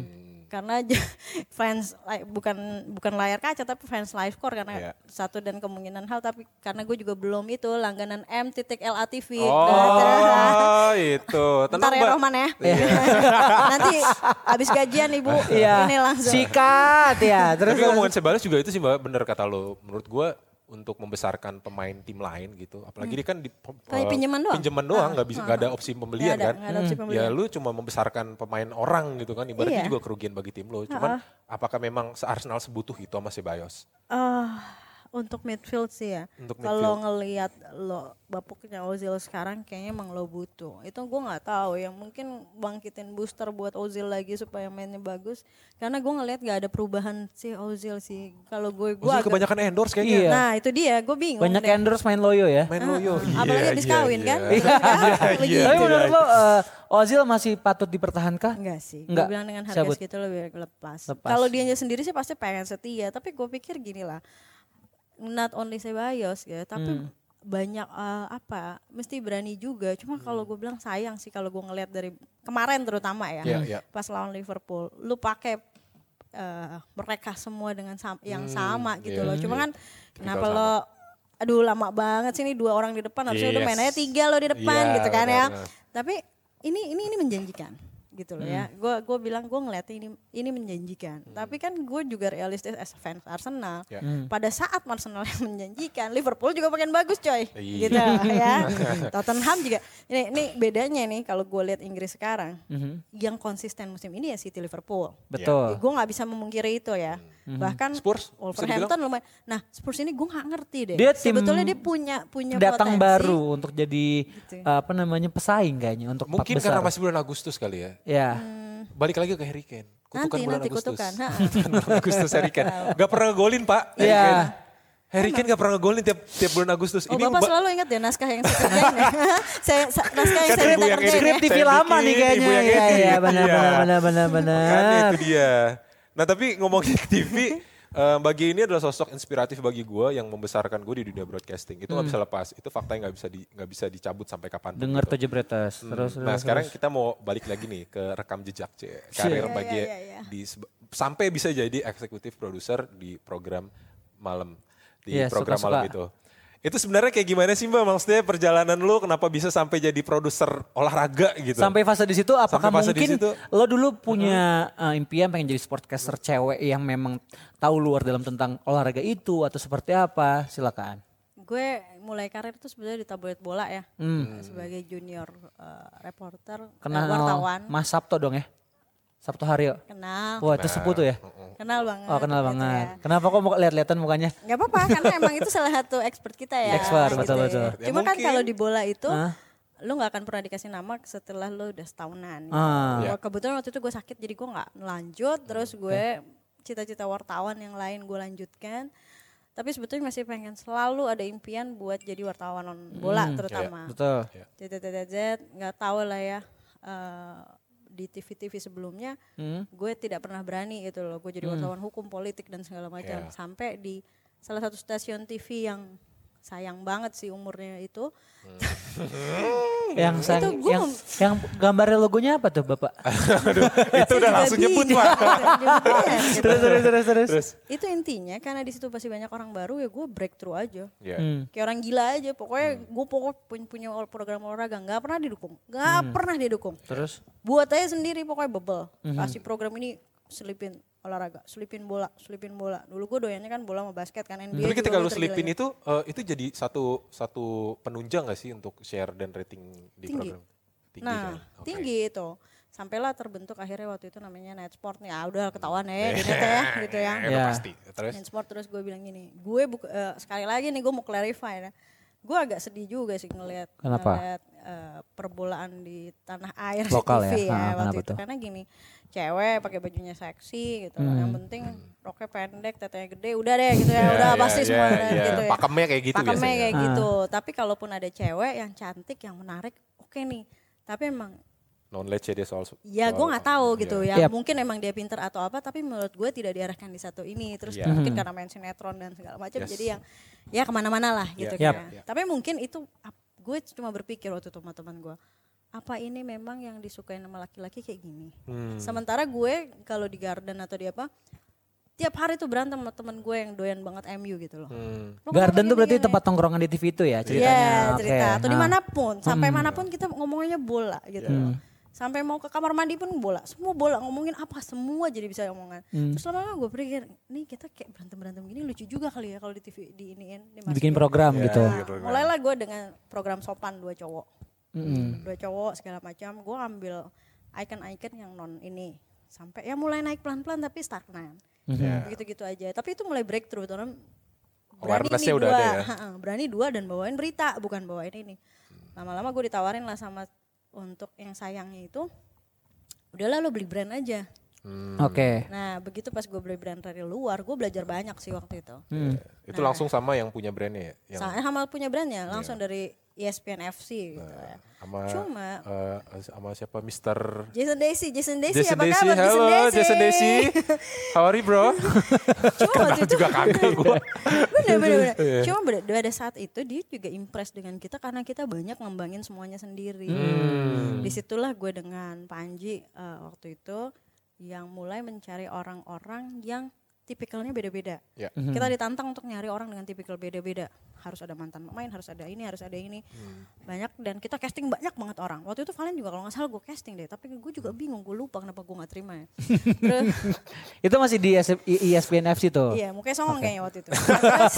Karena j- fans li- bukan bukan layar kaca tapi fans live score karena Iya. satu dan kemungkinan hal, tapi karena gue juga belum itu langganan M titik L A T V. Oh itu. Ntar Tenang ya Mbak. Roman ya. Nanti habis gajian ibu Iya. ini langsung. Sikat ya. Terus Tapi ngomongin Ceballos juga itu sih Mbak, bener kata lo. Menurut gue untuk membesarkan pemain tim lain gitu. Apalagi dia kan di Kayak eh, pinjaman doang. Pinjaman doang, Ah, nggak bisa ah, nggak ada ah. opsi pembelian Nggak ada, kan. nggak ada opsi Ya pembelian. lu cuma membesarkan pemain orang gitu kan. Ibaratnya Iya. juga kerugian bagi tim lo. Cuman apakah memang se Arsenal sebutuh itu sama Ceballos? Eh, Untuk midfield sih ya. Untuk Kalau midfield. ngelihat lo bapuknya Ozil sekarang kayaknya emang lo butuh. Itu gue nggak tahu ya, mungkin bangkitin booster buat Ozil lagi supaya mainnya bagus. Karena gue ngelihat nggak ada perubahan si Ozil sih. Kalau gue gue Ozil agak- kebanyakan endorse kayaknya. Iya. Nah itu dia, gue bingung. Banyak deh. endorse main loyo ya. Main loyo. Apalagi Iya, habis iya, kawin iya. kan? Iya. Begitu. Tapi menurut lo uh, Ozil masih patut dipertahankan? Enggak sih, Enggak. gue bilang dengan harga Cabut. segitu lebih lepas. Lepas. Kalau dia sendiri sih pasti pengen setia, tapi gue pikir gini lah, not only Ceballos ya, tapi Hmm. banyak eh, apa, mesti berani juga. Cuma kalau gue bilang sayang sih kalau gue ngelihat dari kemarin terutama ya, Iya, iya. pas lawan Liverpool, lu pakai eh, mereka semua dengan sam- yang Hmm, sama gitu iya, loh. Cuma iya. kan Tipikal kenapa sama. lo, aduh lama banget sih ini dua orang di depan, harusnya udah Yes. main aja tiga lo di depan Iya, gitu kan ya. benar. Tapi ini ini ini menjanjikan gitu loh ya. Hmm. Gue gue bilang gue ngeliatnya ini ini menjanjikan. Tapi kan gue juga realistis as fans Arsenal. Ya. Pada saat Arsenal yang menjanjikan, Liverpool juga makin bagus coy. Iya. Gitu ya. Tottenham juga. Ini ini bedanya nih kalau gue lihat Inggris sekarang, Mhm. yang konsisten musim ini ya City Liverpool. Betul. Gue nggak bisa memungkiri itu ya. Bahkan Spurs, bisa Wolverhampton lumayan. Nah Spurs ini gue nggak ngerti deh. Dia tim Sebetulnya dia punya punya Datang potensi. baru untuk jadi Gitu. apa namanya pesaing kayaknya untuk empat Mungkin besar. karena masih bulan Agustus kali ya. Ya. Balik lagi ke Harry Kane. Kutukan Nanti bulan nanti Agustus. kutukan. Ha. bulan Agustus Harry Kane. Gak pernah ngegolin Pak. Harry Iya. Kane. Harry Kane gak pernah ngegolin tiap tiap bulan Agustus. Oh Bapak ba- selalu ingat ya naskah yang saya kerjain ya. saya, sa- naskah yang Kan saya ibu yang kerjain Skrip ya. T V Saya lama bikin, nih kayaknya. ibu yang Iya, edit. iya, benar, Iya. benar, benar, benar, Makanya benar. itu dia. Nah tapi ngomongin T V, eh, bagi ini adalah sosok inspiratif bagi gue yang membesarkan gue di dunia broadcasting. Itu nggak bisa lepas. Itu fakta yang nggak bisa di nggak bisa dicabut sampai kapan. Dengar tuh jebretas. Terus, Nah terus, sekarang terus. kita mau balik lagi nih ke rekam jejak C. Karir Iya, bagi iya, iya, iya. di seba- sampai bisa jadi eksekutif produser di program malam di Iya, program suka-suka. malam itu. Itu sebenarnya kayak gimana sih Mbak? Maksudnya perjalanan lu kenapa bisa sampai jadi produser olahraga gitu? Sampai fase di situ apakah Sampai fase di mungkin situ. lo dulu punya uh, impian pengen jadi sportcaster cewek yang memang tahu luar dalam tentang olahraga itu atau seperti apa? Silakan. Gue mulai karir itu sebenarnya di tabloid bola ya. Hmm. Sebagai junior eh, reporter, eh, Kenal wartawan. Mas Sabto dong ya? Sabto Haryo. Kenal. Wah itu sepuh tuh ya? Kenal banget. Oh kenal gitu banget. ya. Kenapa kok mau lihat-lihatan mukanya? Gak apa-apa karena emang itu salah satu expert kita ya. Expert, gitu betul, ya. betul. Ya Cuma kan mungkin. kalau di bola itu Hah? lu gak akan pernah dikasih nama setelah lu udah setahunan. Ah. Gua kebetulan waktu itu gue sakit jadi gue gak lanjut. Terus gue cita-cita wartawan yang lain gue lanjutkan. Tapi sebetulnya masih pengen selalu ada impian buat jadi wartawan bola terutama. Betul. Z Z Z nggak tahu lah ya. eh, di T V T V sebelumnya Hmm. gue tidak pernah berani gitu loh. Gue jadi wartawan hukum, politik dan segala macam. Yeah. Sampai di salah satu stasiun T V yang sayang banget sih umurnya itu. Yang sang, Itu gua yang, mem- yang gambarnya logonya apa tuh Bapak? itu udah langsung nyebut Pak. terus, terus, terus, terus. Terus, Itu intinya karena di situ pasti banyak orang baru ya gue breakthrough aja. ya. Hmm. Kayak orang gila aja. Pokoknya gue pokok punya, punya program olahraga nggak pernah didukung, nggak pernah didukung. Terus? Buat aja sendiri pokoknya bebel. Kasih program ini selipin olahraga, selipin bola, selipin bola. Dulu gue doyannya kan bola sama basket kan N B A. Tapi juga ketika gua lu selipin tergila-gila. itu, eh, itu jadi satu satu penunjang gak sih untuk share dan rating di Tinggi. program? Tinggi Nah, kan? Oke. tinggi itu. Sampailah terbentuk akhirnya waktu itu namanya Net Sport nih. Ah udah ketahuan ya di net ya gitu ya. Eh, udah Ya. pasti. Terus? Net Sport terus gue bilang gini, gue buka, eh, sekali lagi nih gue mau clarify ya. Gue agak sedih juga sih ngelihat Kenapa? ngelihat eh, perbolaan di tanah air Lokal di T V ya? ya, Ah, waktu kenapa itu. tuh? Karena gini, cewek pakai bajunya seksi gitu. Hmm. Yang penting roknya pendek, tetenya gede, udah deh gitu ya. Ya, udah ya, pasti ya, semua ya. gitu ya. Pakemnya kayak gitu Pakemnya biasanya. kayak Ah. gitu. Tapi kalaupun ada cewek yang cantik, yang menarik, oke nih. Tapi emang Knowledge ya dia soal. ya gue soal- nggak tahu Iya. gitu ya. Yap. Mungkin emang dia pinter atau apa, tapi menurut gue tidak diarahkan di satu ini. Terus Iya. mungkin karena main sinetron dan segala macam, Yes. jadi yang ya kemana-mana lah gitu Iya. Yap. kan. Tapi mungkin itu ap- gue cuma berpikir waktu itu sama teman gue, apa ini memang yang disukai sama laki-laki kayak gini. Hmm. Sementara gue kalau di garden atau di apa, tiap hari tuh berantem sama temen gue yang doyan banget M U gitu loh. Hmm. Lo Garden kenapa tuh berarti gini-gini? tempat tongkrongan di T V itu ya Iya ceritanya. cerita Oke, atau nah. dimanapun sampai manapun kita ngomongnya bola gitu loh. Sampai mau ke kamar mandi pun bola, semua bola ngomongin apa semua jadi bisa omongan. Terus lama-lama gue pikir nih kita kayak berantem berantem gini lucu juga kali ya kalau di T V di iniin dimasukin. Bikin program Ya, gitu. bikin program. Mulailah gue dengan program sopan dua cowok, Mm-mm. dua cowok segala macam. Gue ambil icon-icon yang non ini sampai ya mulai naik pelan-pelan tapi stagnan. Ya. Begitu-gitu aja. Tapi itu mulai breakthrough, karena berani Awareness-nya nih udah dua, ada ya? Ha-ha, berani dua dan bawain berita bukan bawain ini. Lama-lama gue ditawarin lah sama untuk yang sayangnya itu, udahlah lo beli brand aja. Hmm. Oke. Nah begitu pas gue beli brand dari luar, gue belajar banyak sih waktu itu. Hmm. Itu langsung sama yang punya brandnya ya? Yang, Saya sama punya brandnya langsung dari E S P N F C gitu ya. sama, Cuma eh, sama siapa? Mister Jason Daisy, Jason Daisy Jason apa Daisy, kabar halo Jason Daisy. How are you bro? Cuma waktu itu juga kaget gue. bener bener bener. Cuma ber- pada saat itu dia juga impress dengan kita karena kita banyak ngembangin semuanya sendiri. Hmm. Disitulah gue dengan Panji uh, waktu itu yang mulai mencari orang-orang yang tipikalnya beda-beda. Ya. Kita ditantang untuk nyari orang dengan tipikal beda-beda. Harus ada mantan pemain, harus ada ini, harus ada ini. Hmm. Banyak dan kita casting banyak banget orang. Waktu itu Valen juga kalau nggak salah gue casting deh. Tapi gue juga bingung, gue lupa kenapa gue nggak terima ya. Terus, Itu masih di E S P N F C tuh? iya mukanya songong kayaknya waktu itu. Terus,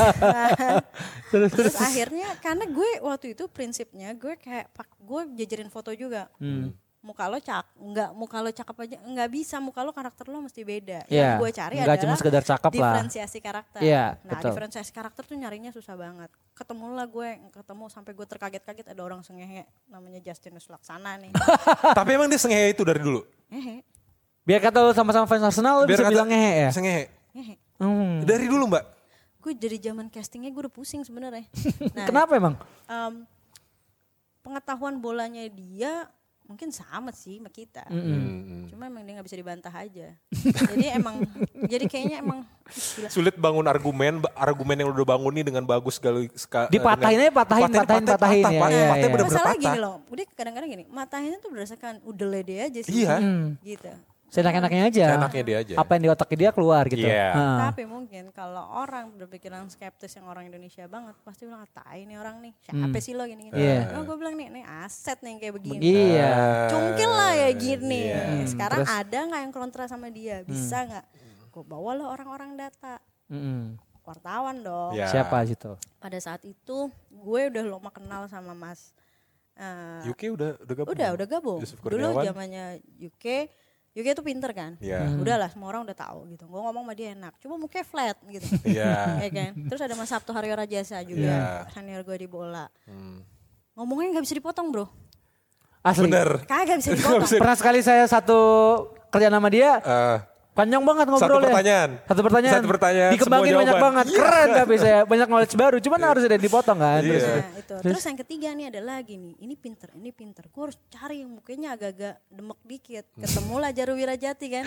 nah, terus akhirnya karena gue waktu itu prinsipnya gue kayak pak gue jajarin foto juga. Hmm. Muka lo cak, enggak muka lo cakep aja, enggak bisa muka lo karakter lo mesti beda. Iya, Yang gue cari nggak adalah cuma sekedar cakep lah. diferensiasi karakter. Iya, nah betul. diferensiasi karakter tuh nyarinya susah banget. Ketemu lah gue, ketemu sampai gue terkaget-kaget ada orang sengehe namanya Justinus Laksana nih. Tapi emang dia sengehe itu dari dulu? Hehe, Biar kata lu sama-sama fans Arsenal lu bisa kata- bilang ngehe ya? Sengehe. hehe. Hmm. Dari dulu mbak? Gue dari zaman castingnya gue udah pusing sebenarnya. Nah, Kenapa emang? em, pengetahuan bolanya dia mungkin sama sih sama kita. Hmm. Cuma emang dia nggak bisa dibantah aja. Jadi emang, jadi kayaknya emang gila. Sulit bangun argumen, ba- argumen yang udah bangun nih dengan bagus sekali. ska- Dipatahin dengan- aja, patahin, Patahin, patahin, patah, patahin patah, ya, patah, iya, patah, iya. bener-bener Masalah patah. gini loh, udah kadang-kadang gini, matahinnya tuh berdasarkan udele dia aja sih. Iya. Gitu. Seenak-enaknya aja. Seenaknya dia aja. Apa yang di otaknya dia keluar gitu. Iya. Heeh. Tapi mungkin kalau orang berpikiran skeptis yang orang Indonesia banget, pasti bilang, tai nih orang nih, siapa sih lo gini-gini. Iya. Oh gue bilang nih, nih aset nih yang kayak begini. Iya. Cungkil lah ya gini. Iya. Sekarang terus? ada gak yang kontra sama dia? Bisa gak? Gue bawa lo orang-orang data. Mm-mm. Wartawan dong. Ya. Siapa situ? Pada saat itu gue udah lama kenal sama Mas. eh, U K udah udah gabung? udah, udah gabung. Yusuf Dulu Kurniawan? zamannya U K, U K tuh pinter kan. Iya. Udahlah semua orang udah tahu gitu. Gue ngomong sama dia enak. Cuma mukanya flat gitu. Iya. Ya kan. Terus ada Mas Sabtu Haryo Rajasa juga. Iya. Senior gue di bola. Hmm. Ngomongnya gak bisa dipotong bro. Asli. Bener. Kagak bisa dipotong. Pernah sekali saya satu kerja nama dia, Eh, panjang banget Satu ngobrolnya. pertanyaan. Satu pertanyaan. Satu pertanyaan, Dikembangin semua banyak jawaban. banget. Keren tapi saya banyak knowledge baru. Cuman harus ada dipotong kan. Iya. Terus, Nah itu. Terus yang ketiga nih ada lagi nih. Ini pinter, ini pinter. Gue harus cari yang mukanya agak-agak demek dikit. Ketemulah Jaru Wirajati kan.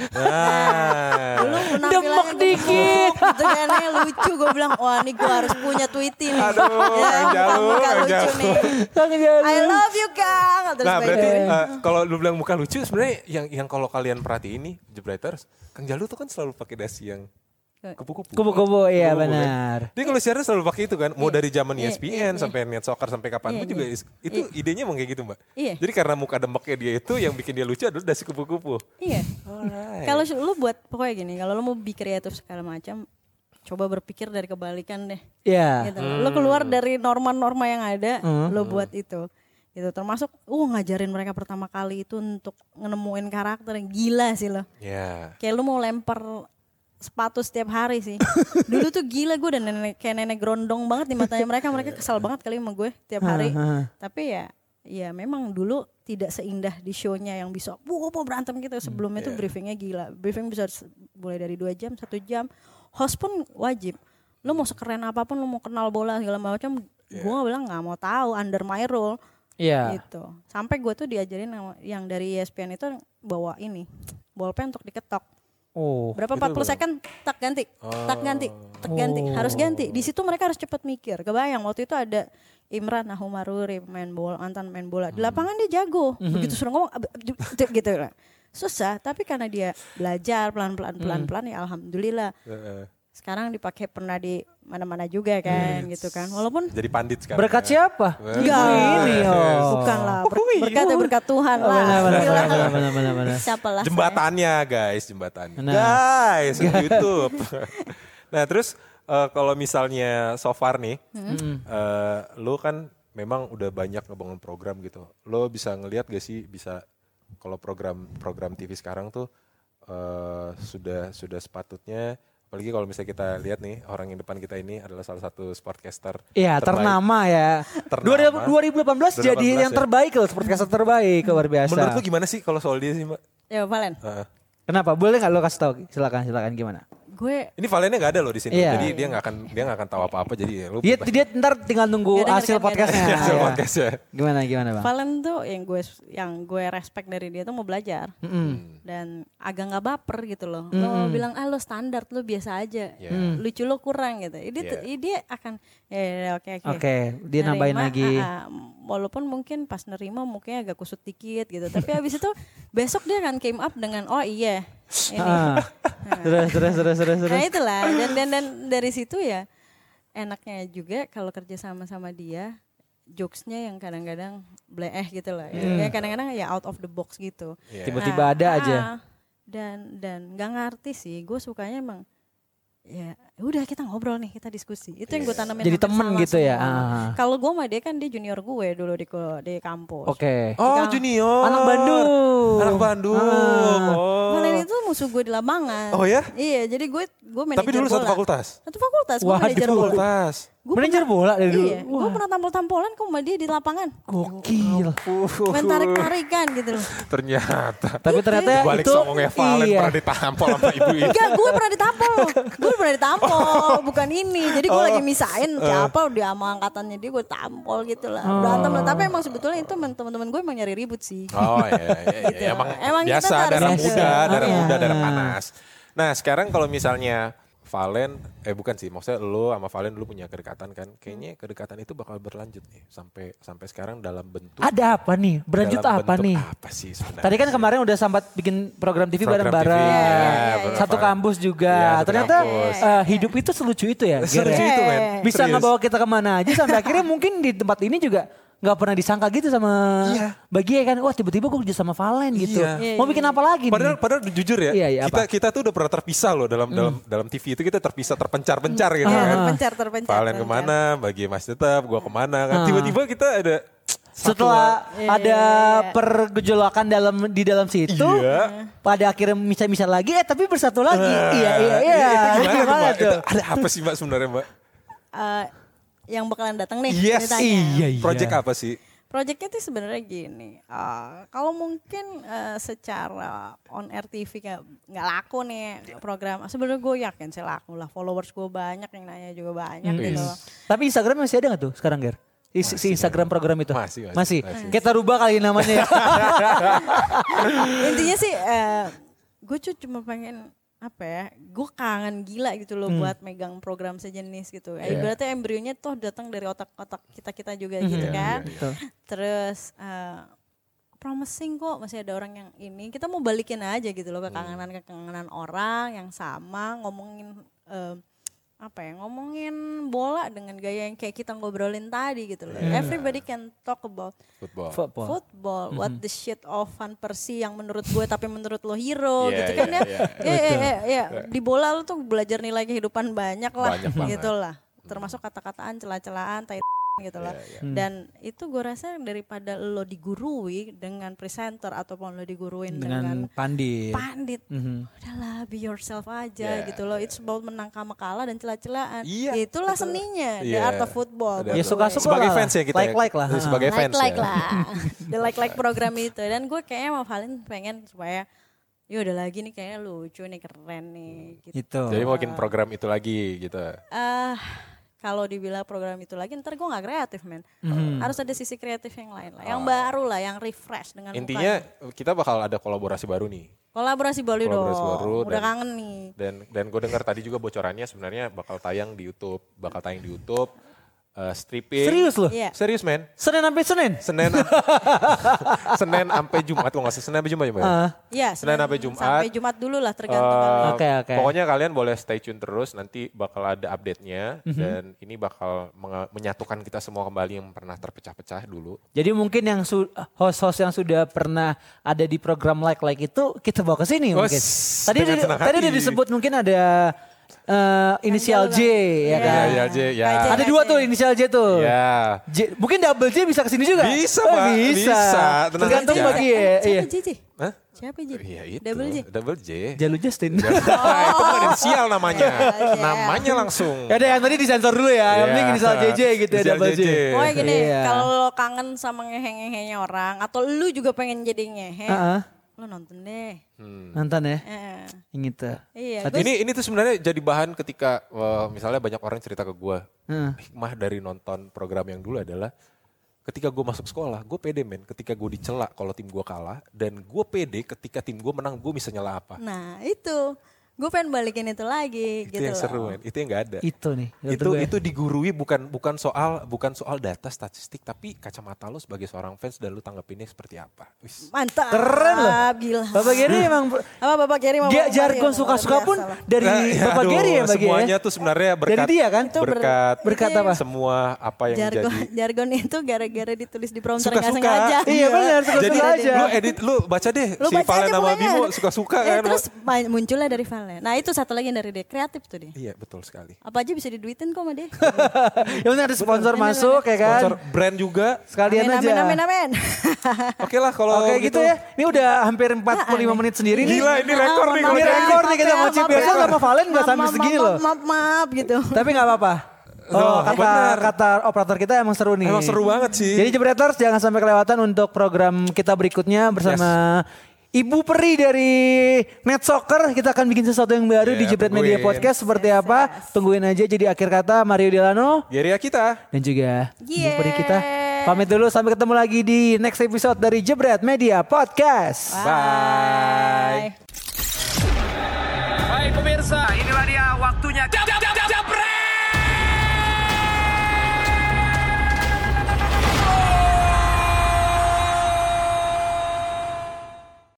Nah. Dulu penampilannya Demek dikit. Gitu kan ya, lucu. Gue bilang wah ini gue harus punya tweety nih. Aduh, Kang Jalu, muka Kang lucu Jalu. nih. Kang Jalu. I love you Kang. Terus Nah by the berarti way, eh, kalau lu bilang muka lucu sebenarnya yang yang kalau kalian perhatiin nih Jebreters, Kang Jalu tuh kan selalu pakai dasi yang kupu-kupu. Kubu-kubu iya Kupu-kupu, kan. benar. Dia kalau siaran selalu pakai itu kan, mau Iya. dari zaman Iya, E S P N iya, iya. sampai Net Soccer sampai kapan pun Iya, juga iya. is- itu idenya emang kayak gitu mbak. Iya. Jadi karena muka demeknya dia itu yang bikin dia lucu adalah dasi kupu-kupu. Iya. Alright. Kalau lu buat pokoknya gini, kalau lu mau be kreatif segala macam, coba berpikir dari kebalikan deh. Iya. Gitu. Lu keluar dari norma-norma yang ada, Hmm. lu buat itu. Gitu termasuk uh ngajarin mereka pertama kali itu untuk nemuin karakter yang gila sih lo. Ya. Kayak lu mau lempar sepatu setiap hari sih. Dulu tuh gila gue dan nenek kayak nenek grondong banget di matanya mereka. Mereka kesal banget kali sama gue tiap hari. Tapi ya ya memang dulu tidak seindah di show-nya yang bisa wuh wuh, berantem gitu. Sebelumnya tuh briefingnya gila. Briefing bisa se- mulai dari dua jam, satu jam. Host pun wajib. Lu mau sekeren apapun, lu mau kenal bola segala macam, gue bilang nggak mau tahu under my rule. Iya. Gitu. Sampai gue tuh diajarin sama- yang dari E S P N itu bawa ini bolpen untuk diketok. Oh. Berapa empat puluh second tak ganti, tak ganti, tak ganti, harus ganti. Di situ mereka harus cepat mikir. Kebayang waktu itu ada Imran Nahumaruri main bola, mantan main bola. Di lapangan dia jago. Begitu suruh ngomong ab- ab- ab- gitu lah. Susah, tapi karena dia belajar pelan-pelan pelan-pelan ya alhamdulillah. Heeh. Sekarang dipakai pernah di mana-mana juga kan gitu kan. Walaupun Jadi pandit sekarang. Berkat siapa? enggak Ini oh. bukan lah, ber- berkat ya berkat Tuhan lah. Benar benar Gila. benar benar benar benar. Siapa lah? Jembatannya guys, jembatannya. Nah. Guys, di YouTube. Nah terus eh, kalau misalnya so far nih, eh, lo kan memang udah banyak ngebangun program gitu. Lo bisa ngelihat gak sih bisa kalau program program T V sekarang tuh eh, sudah sudah sepatutnya Apalagi kalau misalnya kita lihat nih orang yang depan kita ini adalah salah satu sportcaster Iya terbaik. ternama ya. Ternama. dua ribu delapan belas jadi dua ribu delapan belas yang ya. terbaik loh, sportcaster terbaik, luar biasa. Menurut lu gimana sih kalau soal dia sih Mbak? Ya Valen, Heeh. Kenapa? Boleh nggak lo kasih tahu? Silakan, silakan gimana? gue Ini Valennya nggak ada loh di sini. Iya. Jadi dia nggak akan dia nggak akan tahu apa-apa. Jadi lu Dia dia ntar tinggal nunggu Dia denger hasil kan, podcastnya. dia hasil Iya. podcastnya. Gimana gimana bang? Valen tuh yang gue yang gue respect dari dia tuh mau belajar Mm-mm. dan agak nggak baper gitu loh. Lo mau bilang ah lo standar lo biasa aja, Yeah. Mm. lucu lo kurang gitu. Dia tuh- Yeah. dia akan ya, ya, oke oke. Oke, dia nambahin Nerima, lagi. ah, ah, walaupun mungkin pas nerima mukanya agak kusut dikit gitu. Tapi habis itu besok dia akan came up dengan oh iya ini. Ah. Terus terus terus terus terus. Nah itulah dan dan dan dari situ ya enaknya juga kalau kerja sama sama dia jokesnya yang kadang-kadang bleeh gitu lah. Ya kadang-kadang ya out of the box gitu. Iya. Tiba-tiba Nah, ada ah, aja. Dan dan nggak ngerti sih, gue sukanya emang ya udah kita ngobrol nih, kita diskusi. Itu yang gue tanamin. Jadi hampir temen sama gitu ya, semua. ah. Kalau gue sama dia kan dia junior gue dulu di ko- di kampus. Oke. Oh Jika- junior. Anak Bandung. Anak Bandung. Ah. Oh. Valen itu musuh gue di lapangan. Oh ya? Iya, jadi gue gue manajer Tapi dulu bola. satu fakultas. Satu fakultas, gue Waduh. manajer bola. Fakultas. Gue Manajer bola dari dulu. Iya, gue pernah tampol-tampolan kok sama dia di lapangan. Gokil. Main tarik-tarikan gitu loh. Ternyata. Tapi ternyata Balik itu songongnya Valen iya. pernah ditampol sama ibu itu. Enggak, gue pernah ditampol. Gue pernah ditampol, bukan ini. Jadi gue lagi misahin siapa dia sama angkatannya dia gue tampol gitu lah. Berantem lah. Tapi emang sebetulnya itu teman-teman gue emang nyari ribut sih. Oh iya, iya, iya. Gitu. Emang, Emang kita biasa tuh harus darah gitu. muda, darah Iya. muda, darah panas. Nah sekarang kalau misalnya Valen, eh bukan sih, maksudnya lo sama Valen dulu punya kedekatan kan, kayaknya kedekatan itu bakal berlanjut nih sampai sampai sekarang dalam bentuk. Ada apa nih? Berlanjut dalam apa bentuk nih? Apa sih sebenarnya? Tadi kan kemarin udah sempat bikin program T V Program bareng-bareng. T V, iya, iya, iya. Satu kampus juga. Iya, satu Ternyata kampus. eh, hidup itu selucu itu ya. Selucu Ger. itu men. Bisa Serius. ngebawa kita kemana aja sampai akhirnya mungkin di tempat ini juga nggak pernah disangka gitu sama Iya. Bagie kan. Wah tiba-tiba gue kerja sama Valen gitu. Iya. Mau bikin apa lagi Padahal, nih? padahal jujur ya, Iya, iya, kita apa? kita tuh udah pernah terpisah loh dalam dalam dalam T V itu kita terpisah terpencar-pencar gitu Iya, kan. terpencar, terpencar. Valen terpencar. kemana, Bagi masih tetap, gua kemana kan. Ah. Tiba-tiba kita ada Setelah Iya, ada iya. pergejolakan dalam di dalam situ, Iya. pada akhirnya misah-misah lagi, eh tapi bersatu lagi. Ah, iya iya iya. itu gimana, tuh, Gimana Mbak? tuh? Itu ada apa sih Mbak sebenarnya Mbak? Eh, yang bakalan datang nih Yes, ceritanya. iya, iya. Project apa sih? Projectnya tuh sebenarnya gini, eh, kalau mungkin eh, secara on air T V kayak nggak laku nih program, sebenarnya gue yakin sih laku lah, followers gue banyak yang nanya juga banyak gitu loh. Tapi Instagram masih ada gak tuh sekarang Ger? Si, si Instagram program itu? Masih, masih, masih. Kita rubah kali namanya ya. Intinya sih uh, gue tuh cuma pengen apa ya, gue kangen gila gitu loh buat megang program sejenis gitu. Yeah. Ibaratnya embrionya tuh datang dari otak-otak kita-kita juga gitu kan. Betul. Terus uh, promising kok masih ada orang yang ini. Kita mau balikin aja gitu loh kekangenan-kekangenan orang yang sama, ngomongin uh, apa ya, ngomongin bola dengan gaya yang kayak kita ngobrolin tadi gitu loh. Everybody can talk about Football. Football. football, what the shit of Van Persie yang menurut gue tapi menurut lo hero Iya, gitu kan iya, ya. iya. Ya, ya, ya, ya. Di bola lo tuh belajar nilai kehidupan banyak lah Banyak banget. gitu lah. Termasuk kata-kataan, celah-celahan, tai gitu lah. Iya, iya. Dan itu gue rasa daripada lo digurui dengan presenter ataupun lo diguruin dengan, Dengan pandit. pandit, Mhm. udahlah be yourself aja Yeah, gitu loh. It's about menang sama kalah dan celah-celahan. Iya, Itulah betul. seninya, the Iya. art of football. Ada- Ya buat suka-suka gue. Sebagai lah. fans ya kita. ya. Like-like lah. Sebagai fans like-like ya. lah. The like-like program itu. Dan gue kayaknya sama Valen pengen supaya ya udah lagi nih kayaknya lucu nih, keren nih gitu. Gitu. Jadi mau bikin program itu lagi gitu. Ah, kalau dibilang program itu lagi ntar gue gak kreatif men. Mhm. Harus ada sisi kreatif yang lain lah. Yang baru lah, yang refresh dengan Intinya mukanya. kita bakal ada kolaborasi baru nih. Kolaborasi baru Kolaborasi dong. baru Udah dan- kangen nih. Dan dan gue dengar tadi juga bocorannya sebenarnya bakal tayang di YouTube, bakal tayang di YouTube, eh, stripping. Serius loh? Iya. Serius men. Senin sampai Senin? Senin Senin sampai Jumat kok nggak sih? Senin sampai Jumat ya Mbak? Ah. Iya, Senin sampai Jumat. Sampai Jumat dulu lah tergantung Eh, kalian. Oke, oke. Pokoknya kalian boleh stay tune terus, nanti bakal ada update-nya Mhm. dan ini bakal menga- menyatukan kita semua kembali yang pernah terpecah-pecah dulu. Jadi mungkin yang su- host-host yang sudah pernah ada di program like-like itu kita bawa ke sini Oh, mungkin. s- Tadi dengan di- senang tadi hati. udah disebut mungkin ada eh, inisial J ya kan. Iya, J, ya. J. Ada dua tuh inisial J tuh. Ya. J, mungkin double J bisa kesini juga. Bisa, Oh, Pak. Bisa. Bisa. Tenang Tergantung aja. bagi ya. Iya. Siapa J J? Hah? Siapa J? Iya itu. Double J. Double J. Jalu Justin. Nah, itu kan inisial namanya. Namanya langsung. Ya udah yang tadi disensor dulu ya. Yang penting Iya. inisial J J gitu ya, Inisial double J. J J. Pokoknya gini, Iya. kalau lo kangen sama ngehe-ngehenya orang atau lu juga pengen jadi ngehe, Heeh. lo nonton deh. Nonton ya. Eh, Yang itu. iya, Berarti- gue Ini ini tuh sebenarnya jadi bahan ketika wah, misalnya banyak orang cerita ke gue. Heeh. Hikmah dari nonton program yang dulu adalah ketika gue masuk sekolah, gue pede men. Ketika gue dicela kalau tim gue kalah, dan gue pede ketika tim gue menang, gue bisa nyela apa. nah itu, gue pengen balikin itu lagi Itu gitu yang seru loh. men. Itu yang nggak ada. Itu nih. menurut itu gue. itu digurui bukan bukan soal bukan soal data statistik, tapi kacamata lo sebagai seorang fans dan lo tanggapinnya seperti apa. Wis. Mantap. Keren loh. Gila. Bapak Gary emang Apa Bapak Gary mau dia ngomong jargon Mario? suka-suka Luar pun biasa loh. dari Nah, ya Bapak aduh, Gary ya Bagi semuanya ya. tuh sebenarnya berkat Dari dia kan? Itu ber- berkat Berkat apa? semua apa yang Jargon, jadi jargon itu gara-gara ditulis di prompter nggak suka-suka. sengaja. Iya benar, suka-suka Jadi aja. lu edit lu baca deh Lu si baca Valen aja sama pokoknya. Bimo suka-suka Eh, kan. terus ma- munculnya dari Valen. Nah itu satu lagi yang dari dia, kreatif tuh dia. Iya betul sekali. Apa aja bisa diduitin kok sama dia. Yang penting ada sponsor masuk ya kan. Sponsor brand juga. Sekalian amin, aja. amin, amin, amin. Oke lah kalau Oke gitu ya. Ini udah hampir empat puluh lima menit sendiri nih. Gila ini rekor nih Ini kalau jadi. rekor nih kita mau chip. Biasa sama Valen nggak sampai Maaf, segini maaf, loh. Maaf, maaf gitu. Tapi nggak apa-apa. Oh, Oh, kata benar. kata operator kita emang seru nih. Emang seru banget sih. Jadi Jebreters jangan sampai kelewatan untuk program kita berikutnya bersama Ibu Peri dari Net Soccer. Kita akan bikin sesuatu yang baru Ya, di Jebret Media tungguin. Podcast. Seperti apa? Tungguin aja. Jadi akhir kata Mario Delano Geria kita. dan juga Ibu Yeah. Peri kita. Pamit dulu, sampai ketemu lagi di next episode dari Jebret Media Podcast. Bye. Bye. Baik pemirsa, inilah dia waktunya.